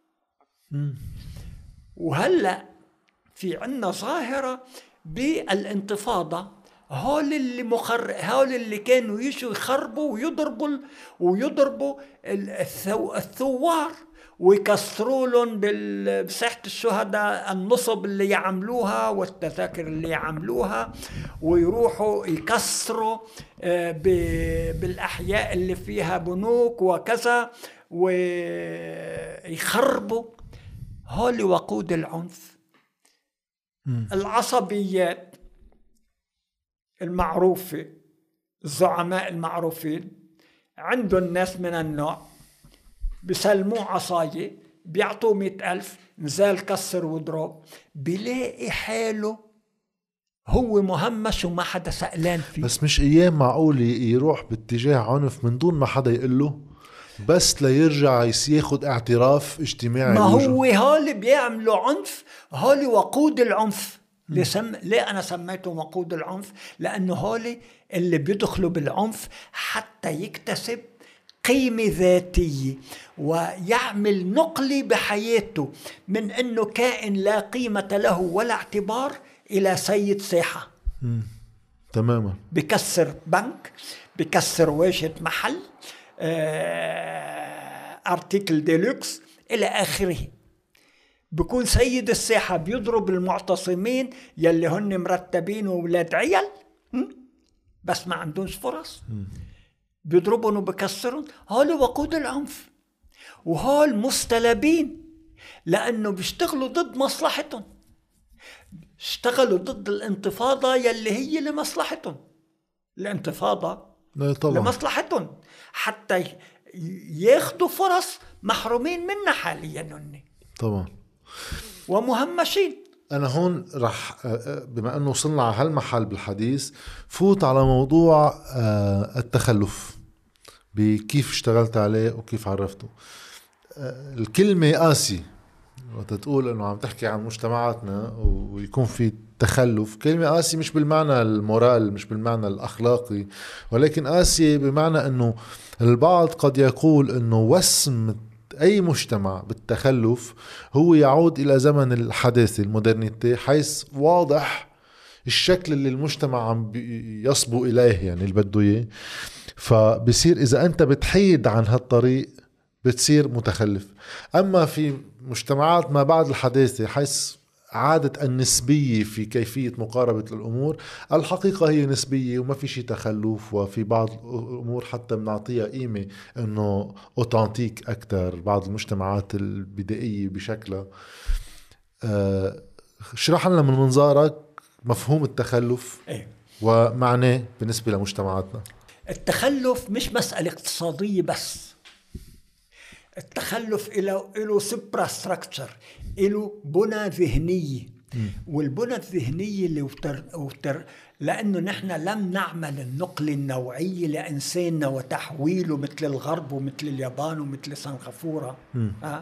وهلأ في عنا ظاهرة بالانتفاضة، هول اللي مخر هول اللي كانوا يجوا يخربوا ويضربوا ويضربوا الثو... الثوار ويكسروا لهم بساحة الشهداء النصب اللي يعملوها والتذاكر اللي يعملوها، ويروحوا يكسروا بالأحياء اللي فيها بنوك وكذا ويخربوا. هول وقود العنف. العصبيات المعروفة، الزعماء المعروفين، عندهم ناس من النوع بسلموه عصاية بيعطوه مئة ألف، نزال كسر وضرب، بيلاقي حاله هو مهمش وما حدا سألان فيه. بس مش ايام معقول يروح باتجاه عنف من دون ما حدا يقله، بس ليرجع ياخد اعتراف اجتماعي؟ ما هو هول بيعملوا عنف، هول وقود العنف. لسم... ليه أنا سميته وقود العنف؟ لأنه هول اللي بيدخلوا بالعنف حتى يكتسب قيمة ذاتية ويعمل نقلة بحياته من أنه كائن لا قيمة له ولا اعتبار إلى سيد ساحة. مم. تماما. بكسر بنك، بكسر واجهة محل، آه، أرتيكل ديلوكس إلى آخره. بكون سيد الساحة بيضرب المعتصمين يلي هن مرتبين وولاد عيال بس ما عندهمش فرص، بيضربون وبكسرون. هول وقود العنف، وهول مستلبين لأنه بيشتغلوا ضد مصلحتهم، اشتغلوا ضد الانتفاضة يلي هي لمصلحتهم. الانتفاضة لمصلحتهم حتى ياخدوا فرص محرومين منها حاليا هن طبعا ومهمشين. أنا هون رح بما أنه وصلنا على هالمحل بالحديث فوت على موضوع التخلف، بكيف اشتغلت عليه وكيف عرفته. الكلمة قاسي وتتقول أنه عم تحكي عن مجتمعاتنا ويكون في تخلف، كلمة قاسي مش بالمعنى المورال، مش بالمعنى الأخلاقي، ولكن قاسي بمعنى أنه البعض قد يقول أنه وسم أي مجتمع بالتخلف هو يعود إلى زمن الحداثة المودرنيتي، حيث واضح الشكل اللي المجتمع عم يصبو إليه يعني اللي بده إياه. فبصير إذا أنت بتحيد عن هالطريق بتصير متخلف. أما في مجتمعات ما بعد الحداثة حيث عادة النسبية في كيفية مقاربة الأمور، الحقيقة هي نسبية وما في شيء تخلف، وفي بعض الأمور حتى بنعطيها قيمة أنه أوتنتيك أكتر. بعض المجتمعات البدائية بشكلها. أه شرح لنا من منظارك مفهوم التخلف إيه؟ ومعناه بالنسبة لمجتمعاتنا. التخلف مش مسألة اقتصادية بس، التخلف إله إله سوبرا ستراكتشر، إله بنى ذهنية. والبنى الذهنية اللي وتر وتر لأنه نحن لم نعمل النقل النوعي لإنساننا وتحويله مثل الغرب ومثل اليابان ومثل سنغافورة. أه؟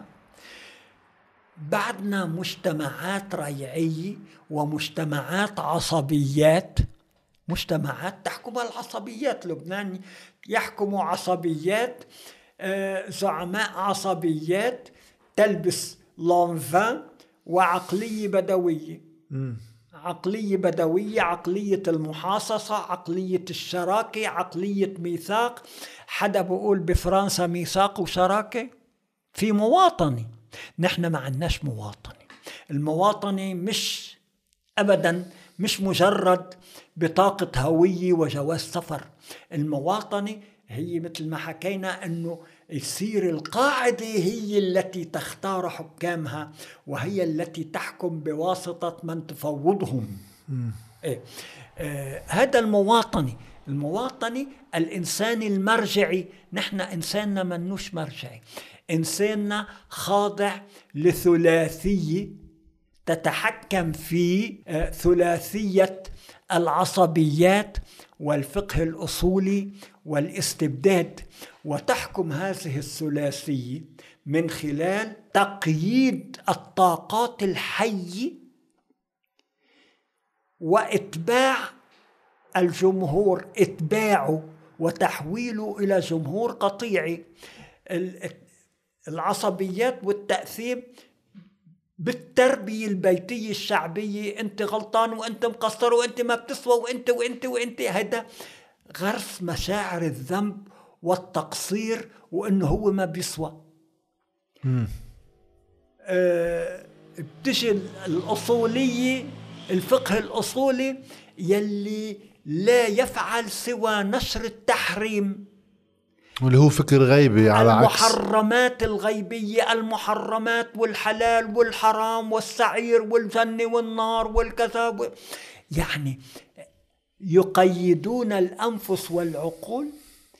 بعدنا مجتمعات ريعية ومجتمعات عصبيات، مجتمعات تحكمها العصبيات. لبنان يحكموا عصبيات، آه زعماء عصبيات تلبس لانفان وعقلية بدوية. م. عقلية بدوية، عقلية المحاصصة، عقلية الشراكة، عقلية ميثاق. حدا بقول بفرنسا ميثاق وشراكة في مواطنة، نحن ما عندناش مواطنة. المواطنة مش أبدا مش مجرد بطاقة هوية وجواز سفر. المواطنة هي مثل ما حكينا أنه يصير القاعدة هي التي تختار حكامها، وهي التي تحكم بواسطة من تفوضهم. إيه؟ آه هذا المواطني المواطني الإنسان المرجعي. نحن إنساننا منوش مرجعي، إنساننا خاضع لثلاثية تتحكم في آه ثلاثية العصبيات والفقه الأصولي والاستبداد، وتحكم هذه الثلاثية من خلال تقييد الطاقات الحية وإتباع الجمهور، إتباعه وتحويله إلى جمهور قطيعي. العصبيات والتأثيم بالتربية البيتية الشعبية، أنت غلطان وأنت مقصر وأنت ما بتسوى وأنت وأنت وأنت، هذا غرس مشاعر الذنب والتقصير وأنه هو ما بيسوى. أه بتجي الأصولية، الفقه الأصولي يلي لا يفعل سوى نشر التحريم، واللي هو فكر غيبي على عكس المحرمات الغيبية، المحرمات والحلال والحرام والسعير والجنة والنار والكذا، يعني يقيدون الأنفس والعقول.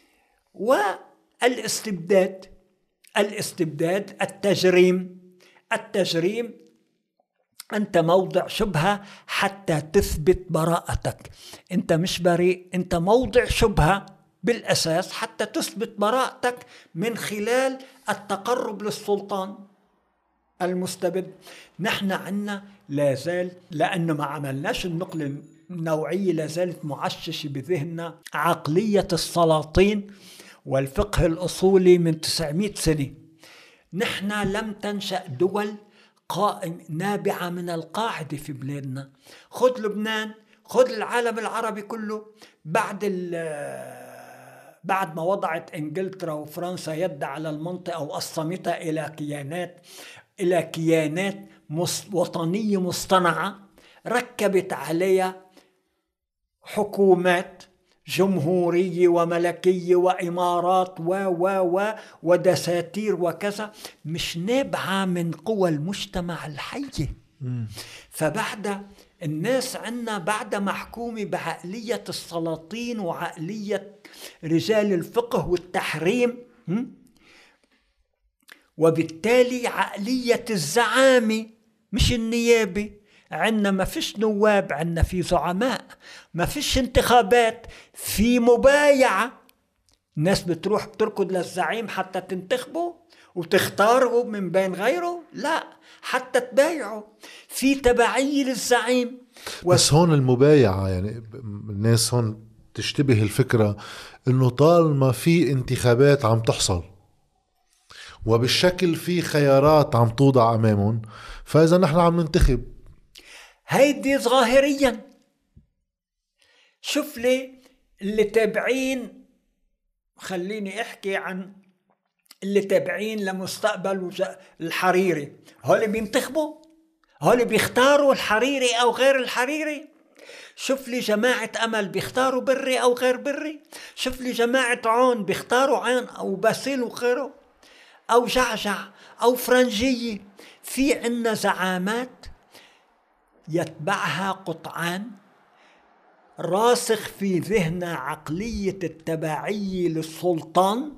والاستبداد، الاستبداد التجريم، التجريم أنت موضع شبهة حتى تثبت براءتك، أنت مش بريء، أنت موضع شبهة بالأساس حتى تثبت براءتك من خلال التقرب للسلطان المستبد. نحن عنا لا زال، لأنه ما عملناش النقل النوعية، لا زالت معششة بذهننا عقلية السلاطين والفقه الأصولي من تسعمائة سنة. نحن لم تنشأ دول قائم نابعة من القاعدة في بلادنا. خذ لبنان، خذ العالم العربي كله، بعد بعد ما وضعت إنجلترا وفرنسا يد على المنطقة وقسمتها إلى كيانات إلى كيانات وطنية مصطنعة، ركبت عليها حكومات جمهورية وملكية وإمارات و و و ودساتير وكذا، مش نابعة من قوى المجتمع الحية. فبعد الناس عنا بعد محكومة بعقلية السلاطين وعقلية رجال الفقه والتحريم، وبالتالي عقلية الزعامة مش النيابة. عنا ما فيش نواب، عنا في زعماء، ما فيش انتخابات، في مبايعة. الناس بتروح بتركض للزعيم حتى تنتخبه وتختاره من بين غيره، لا، حتى تبايعه، في تبعية للزعيم. بس هون المبايعة، يعني الناس هون تشتبه الفكرة انه طالما في انتخابات عم تحصل وبالشكل في خيارات عم توضع امامهم، فاذا نحن عم ننتخب. هيدي ظاهريا. شوف لي اللي تابعين، خليني احكي عن اللي تابعين لمستقبل الحريري، هول بينتخبوا، هول بيختاروا الحريري او غير الحريري. شوف لي جماعة أمل بيختاروا بري أو غير بري. شوف لي جماعة عون بيختاروا عين أو باسيل وغيره، أو جعجع أو فرنجية. في عنا زعامات يتبعها قطعان، راسخ في ذهننا عقلية التبعية للسلطان،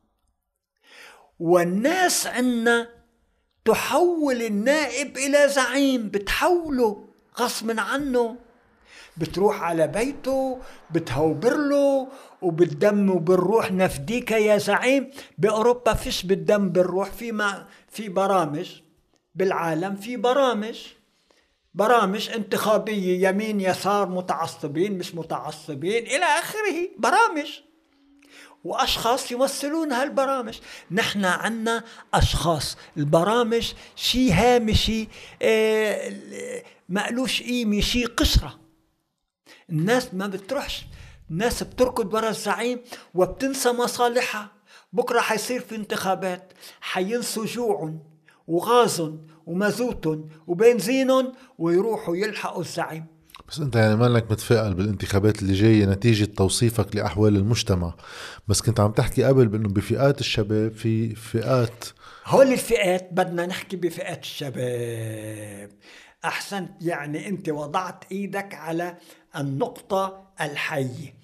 والناس عنا تحول النائب إلى زعيم، بتحوله غصب عنه، بتروح على بيته بتهوبر له وبالدم وبالروح نفديك يا زعيم. بأوروبا فيش بالدم بالروح، في ما في برامج بالعالم، في برامج برامج انتخابية، يمين يسار، متعصبين مش متعصبين إلى آخره، برامج وأشخاص يمثلون هالبرامج. نحن عنا أشخاص، البرامج شي هامشي اه مقلوش قيمة، شي قشرة. الناس ما بتروحش، الناس بتركض ورا الزعيم وبتنسى مصالحها. بكرة حيصير في انتخابات، حينسوا جوع وغاز ومازوت وبنزين ويروحوا يلحقوا الزعيم. بس انت يعني مالك متفائل بالانتخابات اللي جاية نتيجة توصيفك لأحوال المجتمع، بس كنت عم تحكي قبل بأنه بفئات الشباب في فئات. هول الفئات بدنا نحكي بفئات الشباب. أحسنت، يعني أنت وضعت إيدك على النقطة الحية.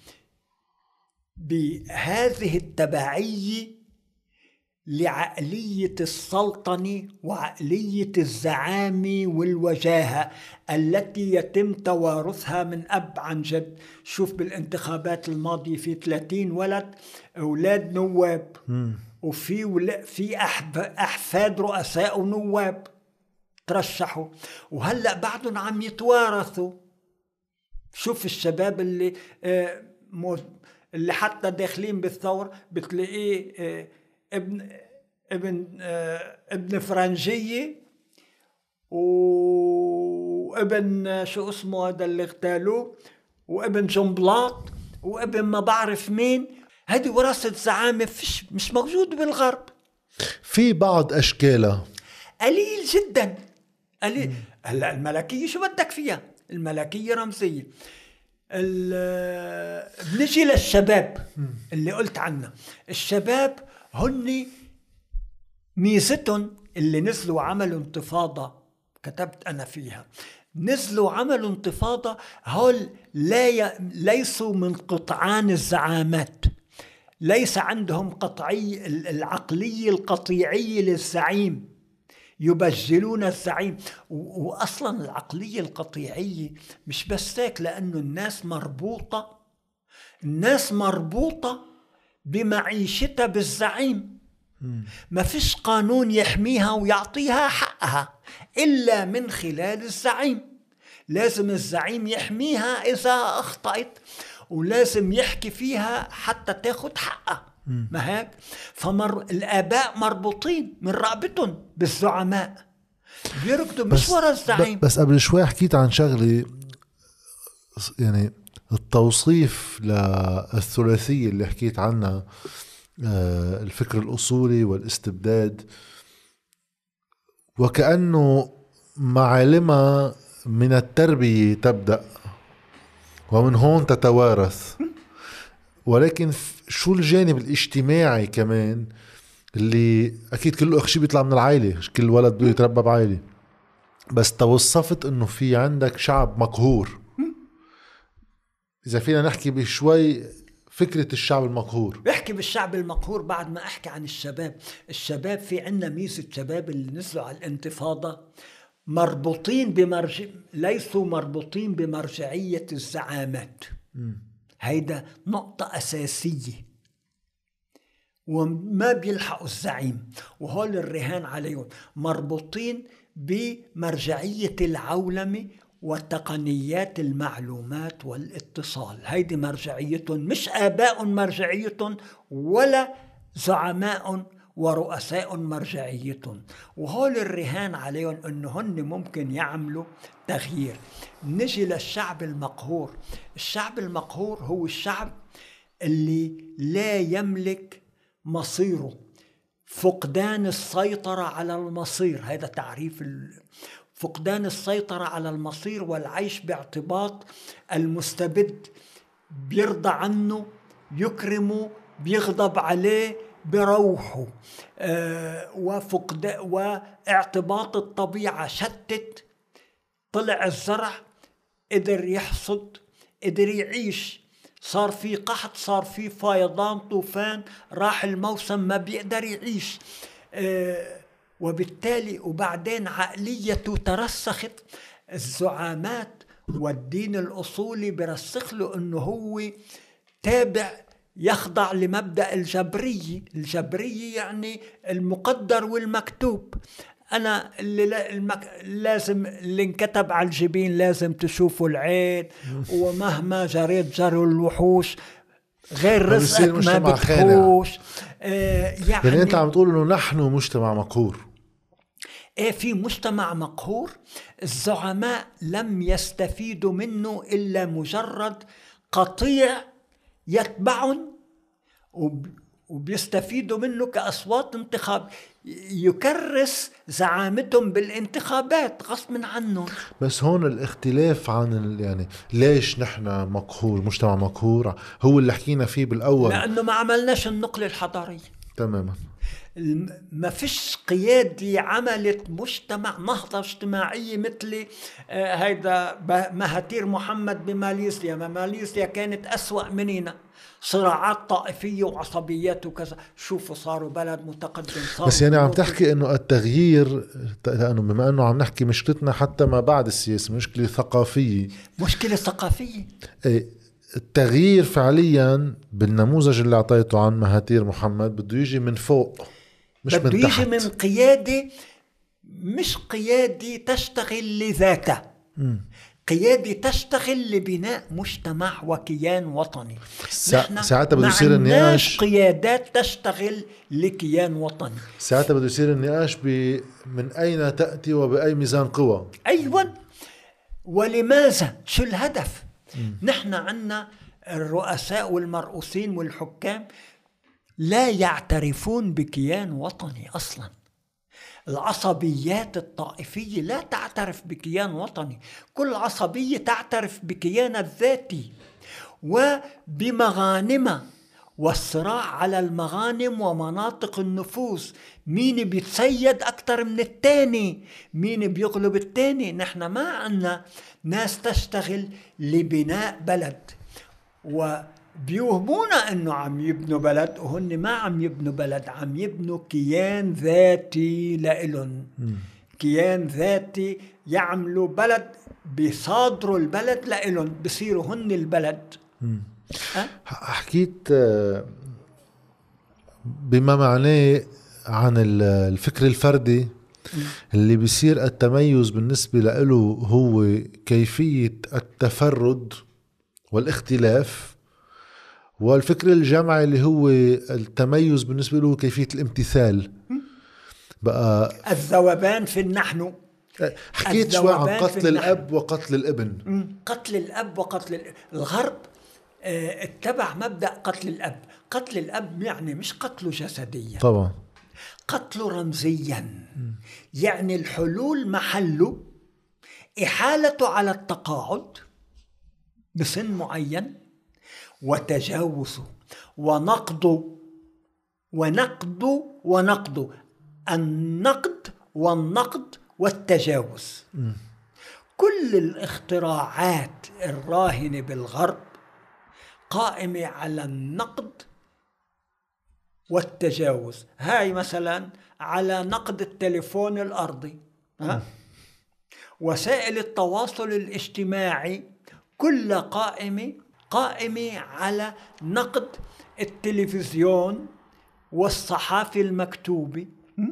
بهذه التبعية لعقلية السلطنة وعقلية الزعامة والوجاهة التي يتم توارثها من أب عن جد. شوف بالانتخابات الماضية في ثلاثين ولد أولاد نواب، وفي ولا في أحفاد رؤساء ونواب ترشحوا، وهلأ بعدهم عم يتوارثوا. شوف الشباب اللي آه اللي حتى داخلين بالثورة بتلاقيه آه ابن ابن آه ابن فرنجية، وابن شو اسمه هذا اللي اغتالوه، وابن جنبلاط، وابن ما بعرف مين. هذه وراثة زعامة فيش مش موجود بالغرب. في بعض أشكالها قليل جدا قليل. هلا الملكية شو بدك فيها؟ الملكية رمزية. بنجي للشباب اللي قلت عنه. الشباب هن ميزتهم اللي نزلوا عملوا انتفاضة، كتبت أنا فيها، نزلوا عملوا انتفاضة. هول لا ي... ليسوا من قطعان الزعامات، ليس عندهم قطعي العقلية القطيعية للزعيم، يبجلون الزعيم. وأصلا العقلية القطيعية مش بس هيك، لأنه الناس مربوطة الناس مربوطة بمعيشتها بالزعيم. ما فيش قانون يحميها ويعطيها حقها إلا من خلال الزعيم. لازم الزعيم يحميها إذا أخطأت، ولازم يحكي فيها حتى تاخد حقها. ما هيك؟ فمر الآباء مربوطين من رقبتهم بالزعماء، بيركضوا مش ورا الزعيم. بس قبل شوي حكيت عن شغلة، يعني التوصيف للثلاثية اللي حكيت عنها، الفكر الأصولي والاستبداد، وكأنه معالمها من التربية تبدأ ومن هون تتوارث. ولكن شو الجانب الاجتماعي كمان اللي أكيد كله أخ شي بيطلع من العائلة، كل ولد بده يتربى بعائلة، بس توصفت إنه في عندك شعب مقهور. إذا فينا نحكي بشوي فكرة الشعب المقهور. بحكي بالشعب المقهور بعد ما أحكي عن الشباب. الشباب في عنا ميزة شباب اللي نزلوا على الانتفاضة مربوطين بمرجع، ليسوا مربوطين بمرجعية الزعامات. م. هيدا نقطة أساسية، وما بيلحقوا الزعيم، وهول الرهان عليهم. مربوطين بمرجعية العولمة وتقنيات المعلومات والاتصال. هيدي مرجعيتهم، مش آباء مرجعيتهم ولا زعماء ورؤساء مرجعيتهم. وهول الرهان عليهم انه هن ممكن يعملوا تغيير. نجي للشعب المقهور. الشعب المقهور هو الشعب اللي لا يملك مصيره، فقدان السيطرة على المصير. هذا تعريف فقدان السيطرة على المصير، والعيش باعتباط المستبد، بيرضى عنه، يكرمه، بيغضب عليه، بروحه. آه وفقد واعتباط الطبيعة. شتت، طلع الزرع، قدر يحصد، قدر يعيش. صار في قحط، صار في فيضان، طوفان، راح الموسم، ما بيقدر يعيش. آه وبالتالي وبعدين عقليته ترسخت. الزعامات والدين الأصولي برسخ له أنه هو تابع، يخضع لمبدأ الجبرية. الجبرية يعني المقدر والمكتوب. أنا اللي المك... لازم اللي انكتب على الجبين لازم تشوفه العين، ومهما جريت جروا الوحوش غير رزقك ما بتحوش. آه يعني, يعني أنت عم تقول إنه نحن مجتمع مقهور. إيه، في مجتمع مقهور. الزعماء لم يستفيدوا منه إلا مجرد قطيع يتبعهم وبيستفيدوا منه كأصوات انتخاب، يكرس زعامتهم بالانتخابات غصب عنهم. بس هون الاختلاف عن ال... يعني ليش نحن مقهور، مجتمع مقهور، هو اللي حكينا فيه بالأول. لأنه ما عملناش النقلة الحضارية تماما. ما فيش قيادي عملت مجتمع، نهضة اجتماعية مثل آه هيدا مهاتير محمد بماليزيا. ماليزيا كانت أسوأ مننا، صراعات طائفية وعصبيات وكذا. شوفوا صاروا بلد متقدم. صاروا بس يعني عم تحكي انه التغيير، لانه بما انه عم نحكي مشكلتنا حتى ما بعد السياسة مشكلة ثقافية. مشكلة ثقافية. ايه، التغيير فعليا بالنموذج اللي اعطيته عن مهاتير محمد بده يجي من فوق مش من تحت. بده يجي من قيادة، مش قيادة تشتغل لذاتها، قيادة تشتغل لبناء مجتمع وكيان وطني. سا... ساعتها بده يصير النقاش قيادات تشتغل لكيان وطني. ساعتها بده يصير النقاش ب... من أين تأتي وبأي ميزان قوى. أيوة، ولماذا، شو الهدف. م. نحن عنا الرؤساء والمرؤوسين والحكام لا يعترفون بكيان وطني أصلا. العصبيات الطائفية لا تعترف بكيان وطني، كل عصبية تعترف بكيان الذاتي وبمغانمها، والصراع على المغانم ومناطق النفوذ، مين بيتسيد أكتر من التاني، مين بيغلب التاني. نحن ما عنا ناس تشتغل لبناء بلد، وبيوهمونا أنه عم يبنوا بلد وهن ما عم يبنوا بلد، عم يبنوا كيان ذاتي لإلن. كيان ذاتي، يعملوا بلد، بيصادروا البلد لإلن، بصيروا هن البلد. أه؟ حكيت بما معناه عن الفكر الفردي اللي بيصير التميز بالنسبة له هو كيفية التفرد والاختلاف، والفكر الجمعي اللي هو التميز بالنسبة له كيفية الامتثال. بقى الذوبان في النحن. حكيت شوي عن قتل الأب وقتل الابن. قتل الأب وقتل الابن. الغرب اه اتبع مبدأ قتل الأب. قتل الأب يعني مش قتله جسديا طبعا، قتله رمزيا. يعني الحلول محله إحالته على التقاعد بسن معين، وتجاوزه ونقضه ونقضه ونقضه النقد والنقد والتجاوز. م. كل الاختراعات الراهنة بالغرب قائمة على النقد والتجاوز. هاي مثلا على نقد التليفون الأرضي. ها؟ وسائل التواصل الاجتماعي كل قائمة قائمة على نقد التلفزيون والصحافة المكتوبة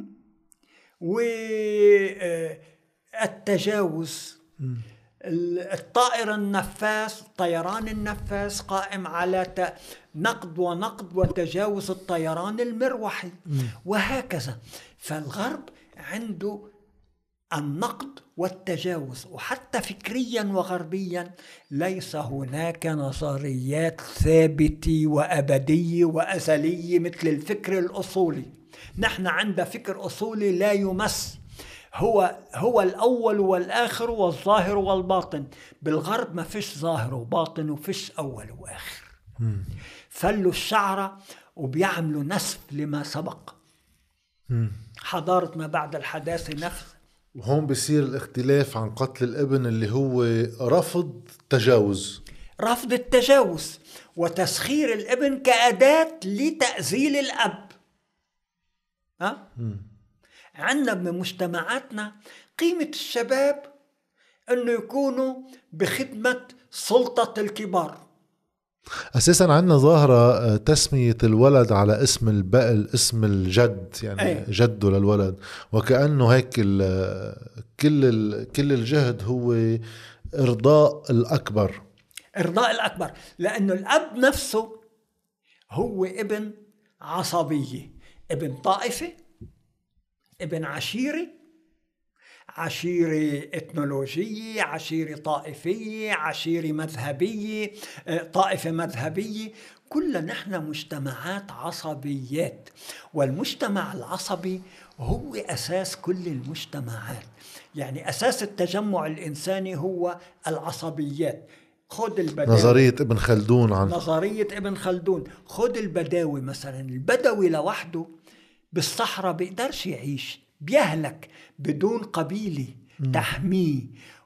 والتجاوز. الطائر النفاث، طيران النفاث قائم على نقد ونقد وتجاوز الطيران المروحي، وهكذا. فالغرب عنده النقد والتجاوز. وحتى فكريا وغربيا ليس هناك نظريات ثابتة وأبدية وأزلية مثل الفكر الأصولي. نحن عندنا فكر أصولي لا يمس، هو هو الأول والآخر والظاهر والباطن. بالغرب ما فيش ظاهر وباطن وفيش أول وآخر. فلوا الشعرة وبيعملوا نسف لما سبق. حضارة ما بعد الحداثة نفس. وهون بيصير الاختلاف عن قتل الابن اللي هو رفض تجاوز، رفض التجاوز وتسخير الابن كأداة لتأذيل الأب. ها؟ عندنا بمجتمعاتنا قيمة الشباب أنه يكونوا بخدمة سلطة الكبار. أساساً عندنا ظاهرة تسمية الولد على اسم البقل، اسم الجد، يعني أيه. جده للولد، وكأنه هيك كل كل الجهد هو إرضاء الأكبر. إرضاء الأكبر، لأنه الأب نفسه هو ابن عصبية، ابن طائفة، ابن عشيرة، عشيرة إثنولوجية، عشيرة طائفية، عشيرة مذهبية، طائفة مذهبية. كلنا نحن مجتمعات عصبيات، والمجتمع العصبي هو أساس كل المجتمعات. يعني أساس التجمع الإنساني هو العصبيات. خذ البداوي، نظرية ابن خلدون عن نظرية ابن خلدون. خذ البداوي مثلا، البدوي لوحده بالصحراء بيقدرش يعيش، بيهلك بدون قبيلة تحميه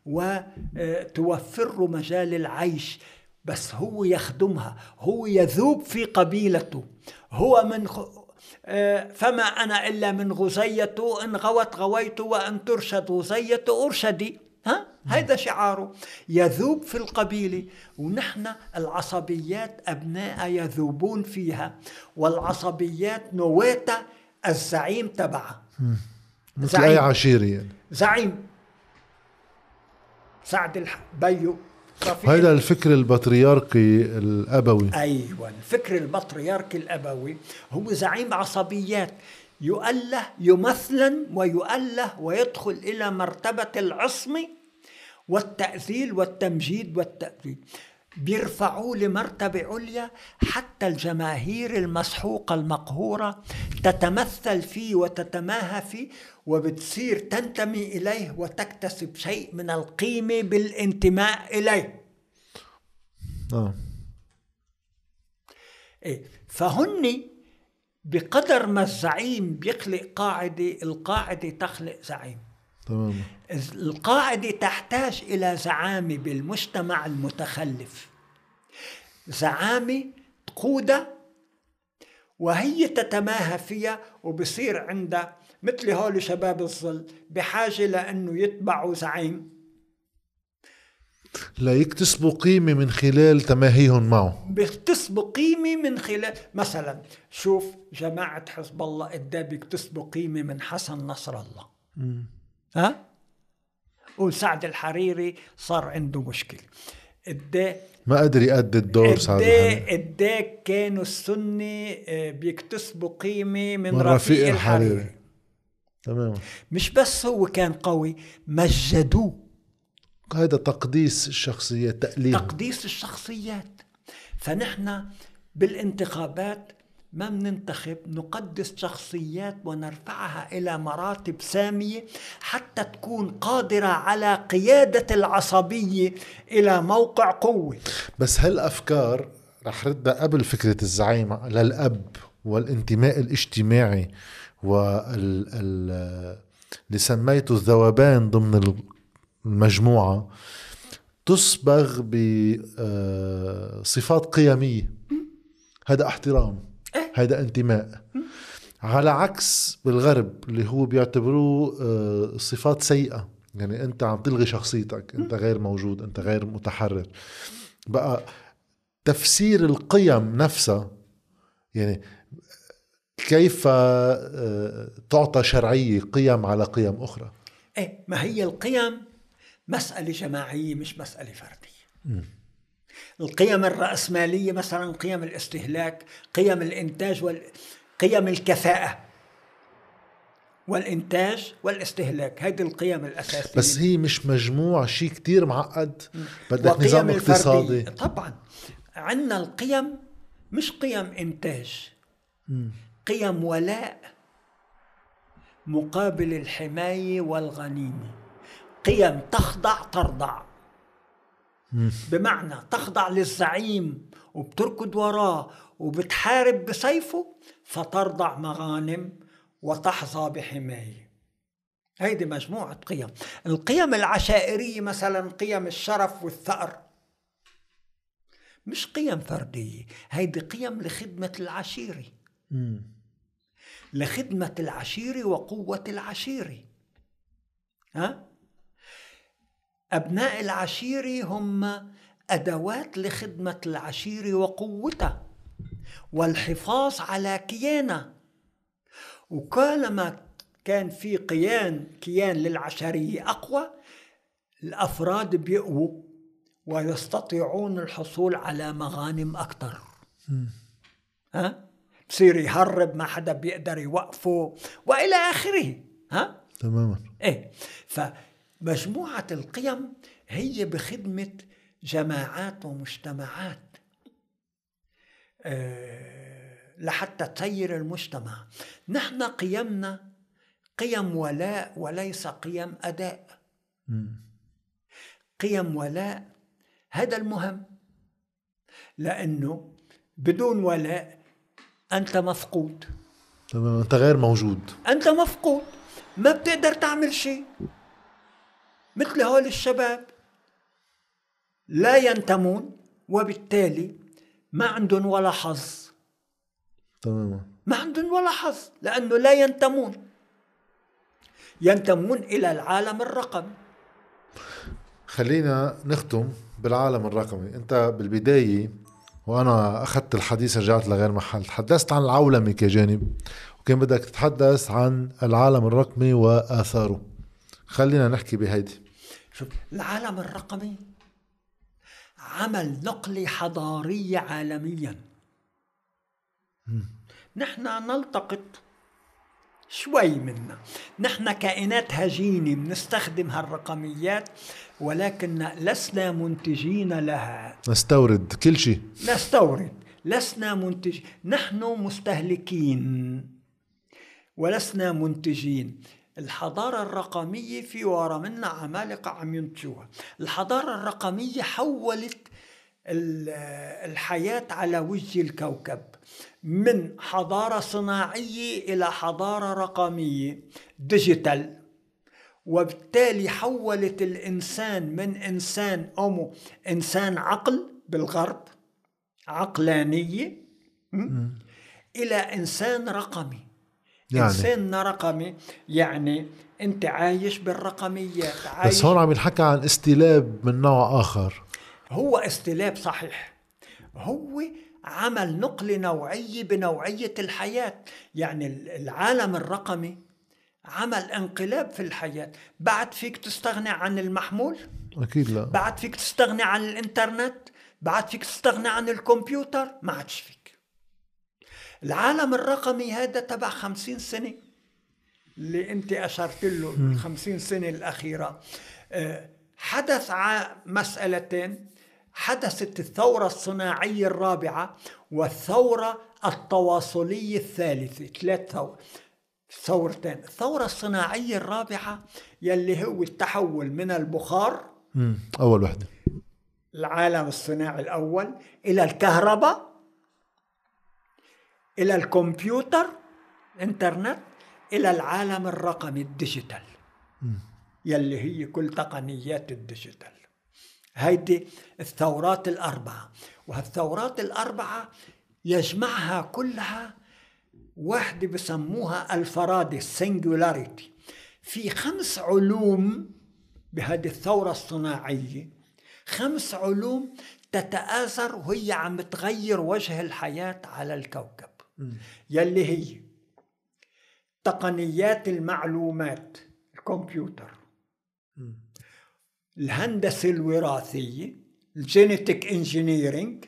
وتوفر مجال العيش، بس هو يخدمها، هو يذوب في قبيلته. هو من خ... فما أنا إلا من غزية، إن غوت غويت وإن ترشد غزية أرشدي. ها؟ هذا شعاره، يذوب في القبيلة. ونحن العصبيات أبناء يذوبون فيها، والعصبيات نواة الزعيم تبعها. مثل أي عشيرة يعني. زعيم سعد البيو، هذا الفكر البطريركي الأبوي. أيوة، الفكر البطريركي الأبوي هو زعيم عصبيات، يؤله يمثلا ويؤله ويدخل إلى مرتبة العصمة والتأذيل والتمجيد والتأذيل، بيرفعوه لمرتبة عليا، حتى الجماهير المسحوقة المقهورة تتمثل فيه وتتماهى فيه، وبتصير تنتمي إليه وتكتسب شيء من القيمة بالانتماء إليه. آه. إيه؟ فهن بقدر ما الزعيم بيخلق قاعدة، القاعدة تخلق زعيم. تمام. القاعدة تحتاج إلى زعامة بالمجتمع المتخلف، زعامة تقودها وهي تتماهى فيها، وبصير عندها مثل هول شباب الظل بحاجة لأنه يتبعوا زعيم لا يكتسبوا قيمة من خلال تماهيهم معه. بيكتسبوا قيمة من خلال، مثلا شوف جماعة حزب الله قد بيكتسبوا قيمة من حسن نصر الله. م. ها؟ وسعد الحريري صار عنده مشكلة، قد ما قدر يؤدي الدور. سعد الحريري قد كانوا السنة بيكتسبوا قيمة من, من رفيق, رفيق الحريري, الحريري. تمام. مش بس هو كان قوي، مجدوه. هذا تقديس الشخصيات، تقليل تقديس الشخصيات. فنحن بالانتخابات ما مننتخب، نقدس شخصيات ونرفعها إلى مراتب سامية حتى تكون قادرة على قيادة العصبية إلى موقع قوة. بس هالأفكار رح ردها قبل فكرة الزعيم للأب والانتماء الاجتماعي واللي سميته الذوبان ضمن المجموعة، تصبغ بصفات قيمية. هذا احترام، هذا انتماء، على عكس بالغرب اللي هو بيعتبروه صفات سيئة. يعني انت عم تلغي شخصيتك، انت غير موجود، انت غير متحرر. بقى تفسير القيم نفسها، يعني كيف تعطى شرعية قيم على قيم أخرى؟ ايه، ما هي القيم مسألة جماعية مش مسألة فردية. م. القيم الرأسمالية مثلا قيم الاستهلاك، قيم الإنتاج، وقيم الكفاءة والإنتاج والاستهلاك، هذه القيم الأساسية. بس هي مش مجموع شيء كتير معقد، بدك نظام اقتصادي. طبعا عندنا القيم مش قيم إنتاج، م. قيم ولاء مقابل الحماية والغنيمة، قيم تخضع ترضع. بمعنى تخضع للزعيم وبتركض وراه وبتحارب بسيفه، فترضع مغانم وتحظى بحماية. هيدي مجموعة قيم. القيم العشائرية مثلا قيم الشرف والثأر، مش قيم فردية، هيدي قيم لخدمة العشيرة، لخدمة العشيرة وقوة العشيرة. ها؟ أبناء العشيرة هم أدوات لخدمة العشيرة وقوتها والحفاظ على كيانها. وكلما كان في كيان كيان للعشيرية أقوى، الأفراد بيقووا ويستطيعون الحصول على مغانم أكثر. ها؟ بصير يهرب، ما حدا بيقدر يوقفه وإلى آخره. ها؟ تماما. إيه، فمجموعة القيم هي بخدمة جماعات ومجتمعات. لحتى تسير المجتمع. نحن قيمنا قيم ولاء وليس قيم أداء. قيم ولاء هذا المهم، لأنه بدون ولاء أنت مفقود. تمام، أنت غير موجود، أنت مفقود، ما بتقدر تعمل شيء. مثل هول الشباب لا ينتمون وبالتالي ما عندهم ولا حظ. تماما، ما عندهم ولا حظ لأنه لا ينتمون ينتمون إلى العالم الرقمي. خلينا نختم بالعالم الرقمي. أنت بالبداية وأنا أخذت الحديث رجعت لغير محل، تحدثت عن العولمة كجانب، وكان بدك تتحدث عن العالم الرقمي وآثاره. خلينا نحكي بهيدي. شوف، العالم الرقمي عمل نقلة حضارية عالميا. م. نحن نلتقط شوي منا، نحن كائنات هجينة بنستخدم هالرقميات، ولكن لسنا منتجين لها. نستورد كل شيء، نستورد، لسنا منتج. نحن مستهلكين ولسنا منتجين. الحضارة الرقمية في ورا منا عمالقة عم ينتجوها. الحضارة الرقمية حولت الحياة على وجه الكوكب من حضارة صناعية إلى حضارة رقمية ديجيتال، وبالتالي حولت الإنسان من إنسان أمو إنسان عقل بالغرب، عقلانية، إلى إنسان رقمي. يعني إنسان رقمي يعني أنت عايش بالرقميات. عايش. بس هون عم ينحكى عن استلاب من نوع آخر. هو استلاب صحيح، هو عمل نقلة نوعية بنوعية الحياة. يعني العالم الرقمي عمل انقلاب في الحياة. بعد فيك تستغني عن المحمول؟ أكيد لا. بعد فيك تستغني عن الإنترنت؟ بعد فيك تستغني عن الكمبيوتر؟ ما عادش فيك. العالم الرقمي هذا تبع خمسين سنة اللي انت أشرت له، الخمسين سنة الأخيرة حدث على مسألتين. حدثت الثورة الصناعية الرابعة والثورة التواصلية الثالثة، ثلاث ثور ثورتين. الثورة الصناعية الرابعة يلي هو التحول من البخار، أول وحدة، العالم الصناعي الأول، إلى الكهرباء، إلى الكمبيوتر، إنترنت، إلى العالم الرقمي الديجيتال يلي هي كل تقنيات الديجيتال. هيدي الثورات الأربعة، وهالثورات الأربعة يجمعها كلها واحدة بسموها الفرادة، السنجولاريتي. في خمس علوم بهذه الثورة الصناعية، خمس علوم تتآثر وهي عم تغير وجه الحياة على الكوكب، يلي هي تقنيات المعلومات، الكمبيوتر، الهندسة الوراثية، الجينيتيك انجينيرينج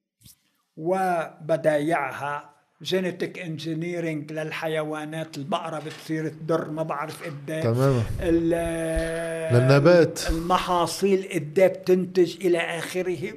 وبدايعها، جينيتيك انجينيرينج للحيوانات، البقرة بتصير تدر ما بعرف قديه، تماما، للنبات، المحاصيل قديه بتنتج إلى آخره.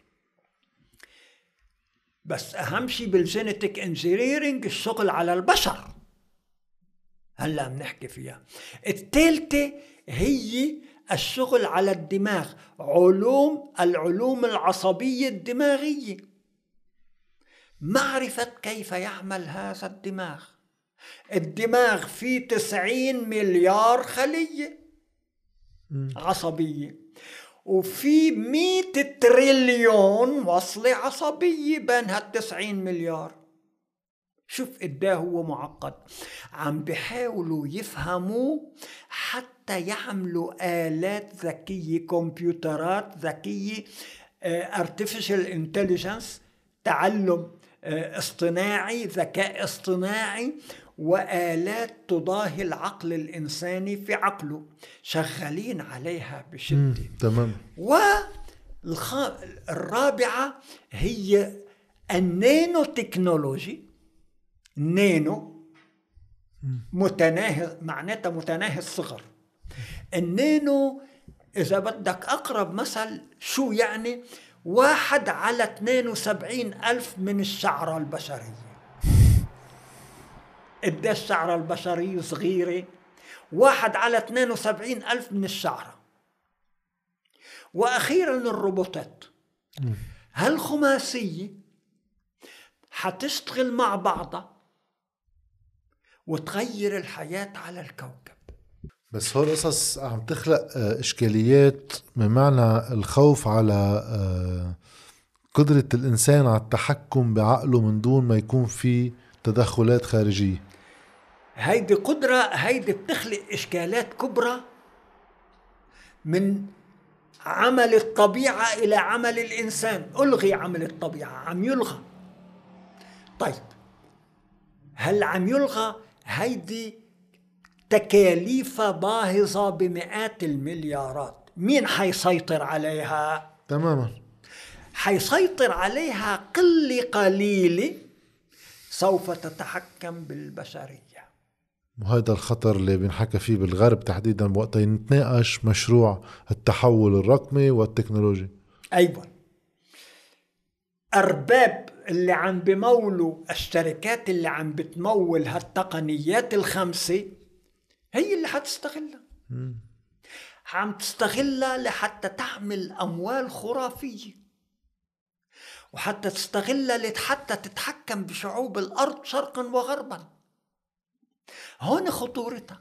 بس أهم شيء بالجينيتيك انجينيرينج الشغل على البشر، هلا بنحكي فيها. الثالثة هي الشغل على الدماغ، علوم العلوم العصبية الدماغية، معرفة كيف يعمل هذا الدماغ. الدماغ فيه تسعين مليار خلية عصبية، وفي مئة تريليون وصلة عصبية بين هالتسعين مليار. شوف قداه هو معقد. عم بيحاولوا يفهموا حتى يعملوا آلات ذكية، كمبيوترات ذكية، artificial intelligence، تعلم اصطناعي، ذكاء اصطناعي، وآلات تضاهي العقل الإنساني في عقله، شغالين عليها بشدة. تمام. والرابعة هي النانو تكنولوجي. نانو متناهي، معناتها متناهي الصغر. النانو إذا بدك أقرب مثل شو يعني، واحد على اثنين وسبعين ألف من الشعرة البشرية. قد الشعرة البشرية صغيرة، واحد على اثنين وسبعين ألف من الشعرة. وأخيرا الروبوتات هالخماسية حتشتغل مع بعضها وتغير الحياة على الكوكب. بس هول قصص عم تخلق إشكاليات، بمعنى الخوف على قدرة الإنسان على التحكم بعقله من دون ما يكون في تدخلات خارجية. هيدي قدرة، هيدي بتخلق إشكالات كبرى من عمل الطبيعة إلى عمل الإنسان. ألغي عمل الطبيعة، عم يلغى. طيب هل عم يلغى؟ هيدي تكاليف باهظة بمئات المليارات. مين حيسيطر عليها؟ تماما حيسيطر عليها قلة قليلة سوف تتحكم بالبشرية. وهذا الخطر اللي بنحكى فيه بالغرب تحديدا وقت ينتناقش مشروع التحول الرقمي والتكنولوجي. أيضا أرباب اللي عم بمولوا، الشركات اللي عم بتمول هالتقنيات الخمسة هي اللي حتستغلها. عم تستغلها لحتى تعمل أموال خرافية، وحتى تستغلها لحتى تتحكم بشعوب الأرض شرقا وغربا. هون خطورتها.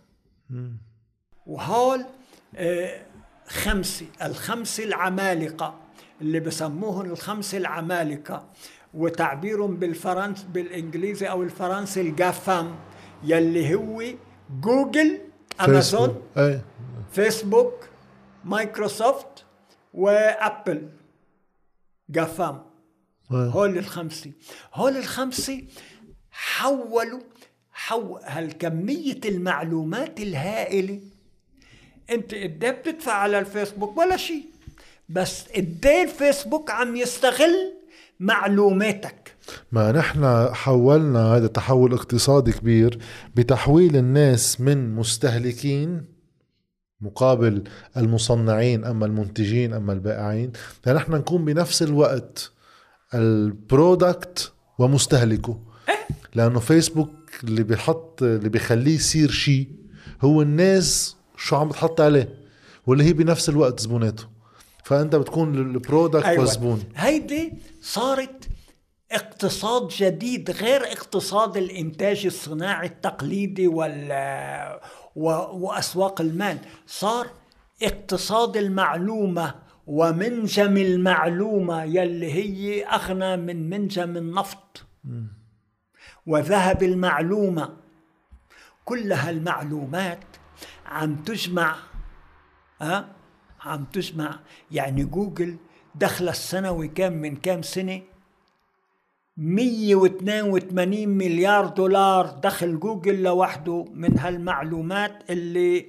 وهول آه خمسة الخمسة العمالقة اللي بسموهم الخمسة العمالقة، وتعبيرهم بالفرنس بالإنجليزي أو الفرنسي الجافام، يلي هو جوجل، أمازون، أي. فيسبوك، مايكروسوفت، وأبل. جافام. هول الخمسة هول الخمسة حولوا حو هالكمية المعلومات الهائلة. انت قد بتدفع على الفيسبوك ولا شيء، بس قد الفيسبوك عم يستغل معلوماتك. ما نحن حولنا هذا تحول اقتصادي كبير بتحويل الناس من مستهلكين مقابل المصنعين أما المنتجين أما البائعين، لنحن نكون بنفس الوقت البرودكت ومستهلكه. لأنه فيسبوك اللي بيحط اللي بيخليه يصير شيء هو الناس شو عم بتحط عليه، واللي هي بنفس الوقت زبوناته، فأنت بتكون البرودكت أيوة. والزبون. هيدي صارت اقتصاد جديد غير اقتصاد الإنتاج الصناعي التقليدي وال وأسواق المال. صار اقتصاد المعلومة ومنجم المعلومة، يلي هي أغنى من منجم النفط وذهب المعلومة. كل هالمعلومات عم تجمع أه؟ عم تجمع. يعني جوجل دخل السنوي كام من كام سنة؟ مية واثنين وثمانين مليار دولار دخل جوجل لوحده من هالمعلومات اللي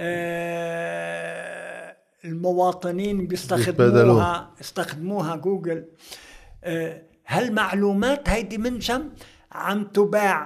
آه المواطنين بيستخدموها استخدموها جوجل. آه هالمعلومات هيدي منجم عم تباع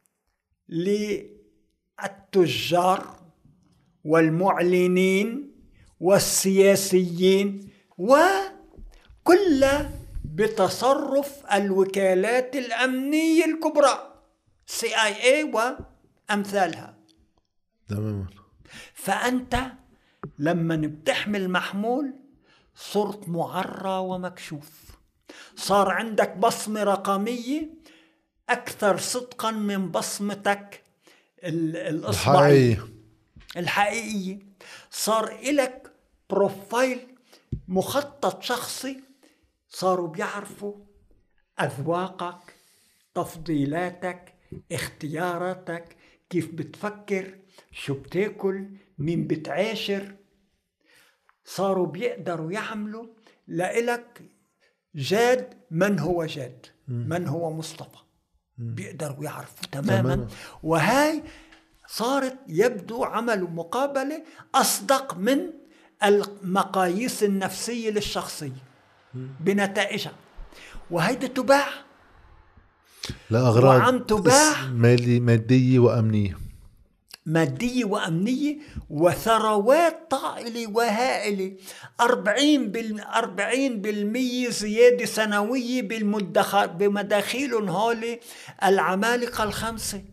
للتجار والمعلنين والسياسيين، وكل بتصرف الوكالات الأمنية الكبرى سي آي إيه وأمثالها. تماما. فأنت لما بتحمل محمول صرت معرى ومكشوف. صار عندك بصمة رقمية أكثر صدقا من بصمتك الإصبعية الحقيقية. صار إلك بروفايل مخطط شخصي، صاروا بيعرفوا أذواقك، تفضيلاتك، اختياراتك، كيف بتفكر، شو بتاكل، مين بتعاشر. صاروا بيقدروا يعملوا لإلك جاد من هو جاد، من هو مصطفى. بيقدروا يعرفوا تماما, تماما. وهاي صارت يبدو عملوا مقابلة أصدق من المقاييس النفسية للشخصية بنتائجها. وهيدا تباع لأغراض وعم تباع مالي مادية وأمنية. مادية وأمنية وثروات طائلة وهائلة. أربعين بال أربعين بالمية زيادة سنوية بالمدخر بمداخيلهم هولي العمالقة الخمسة.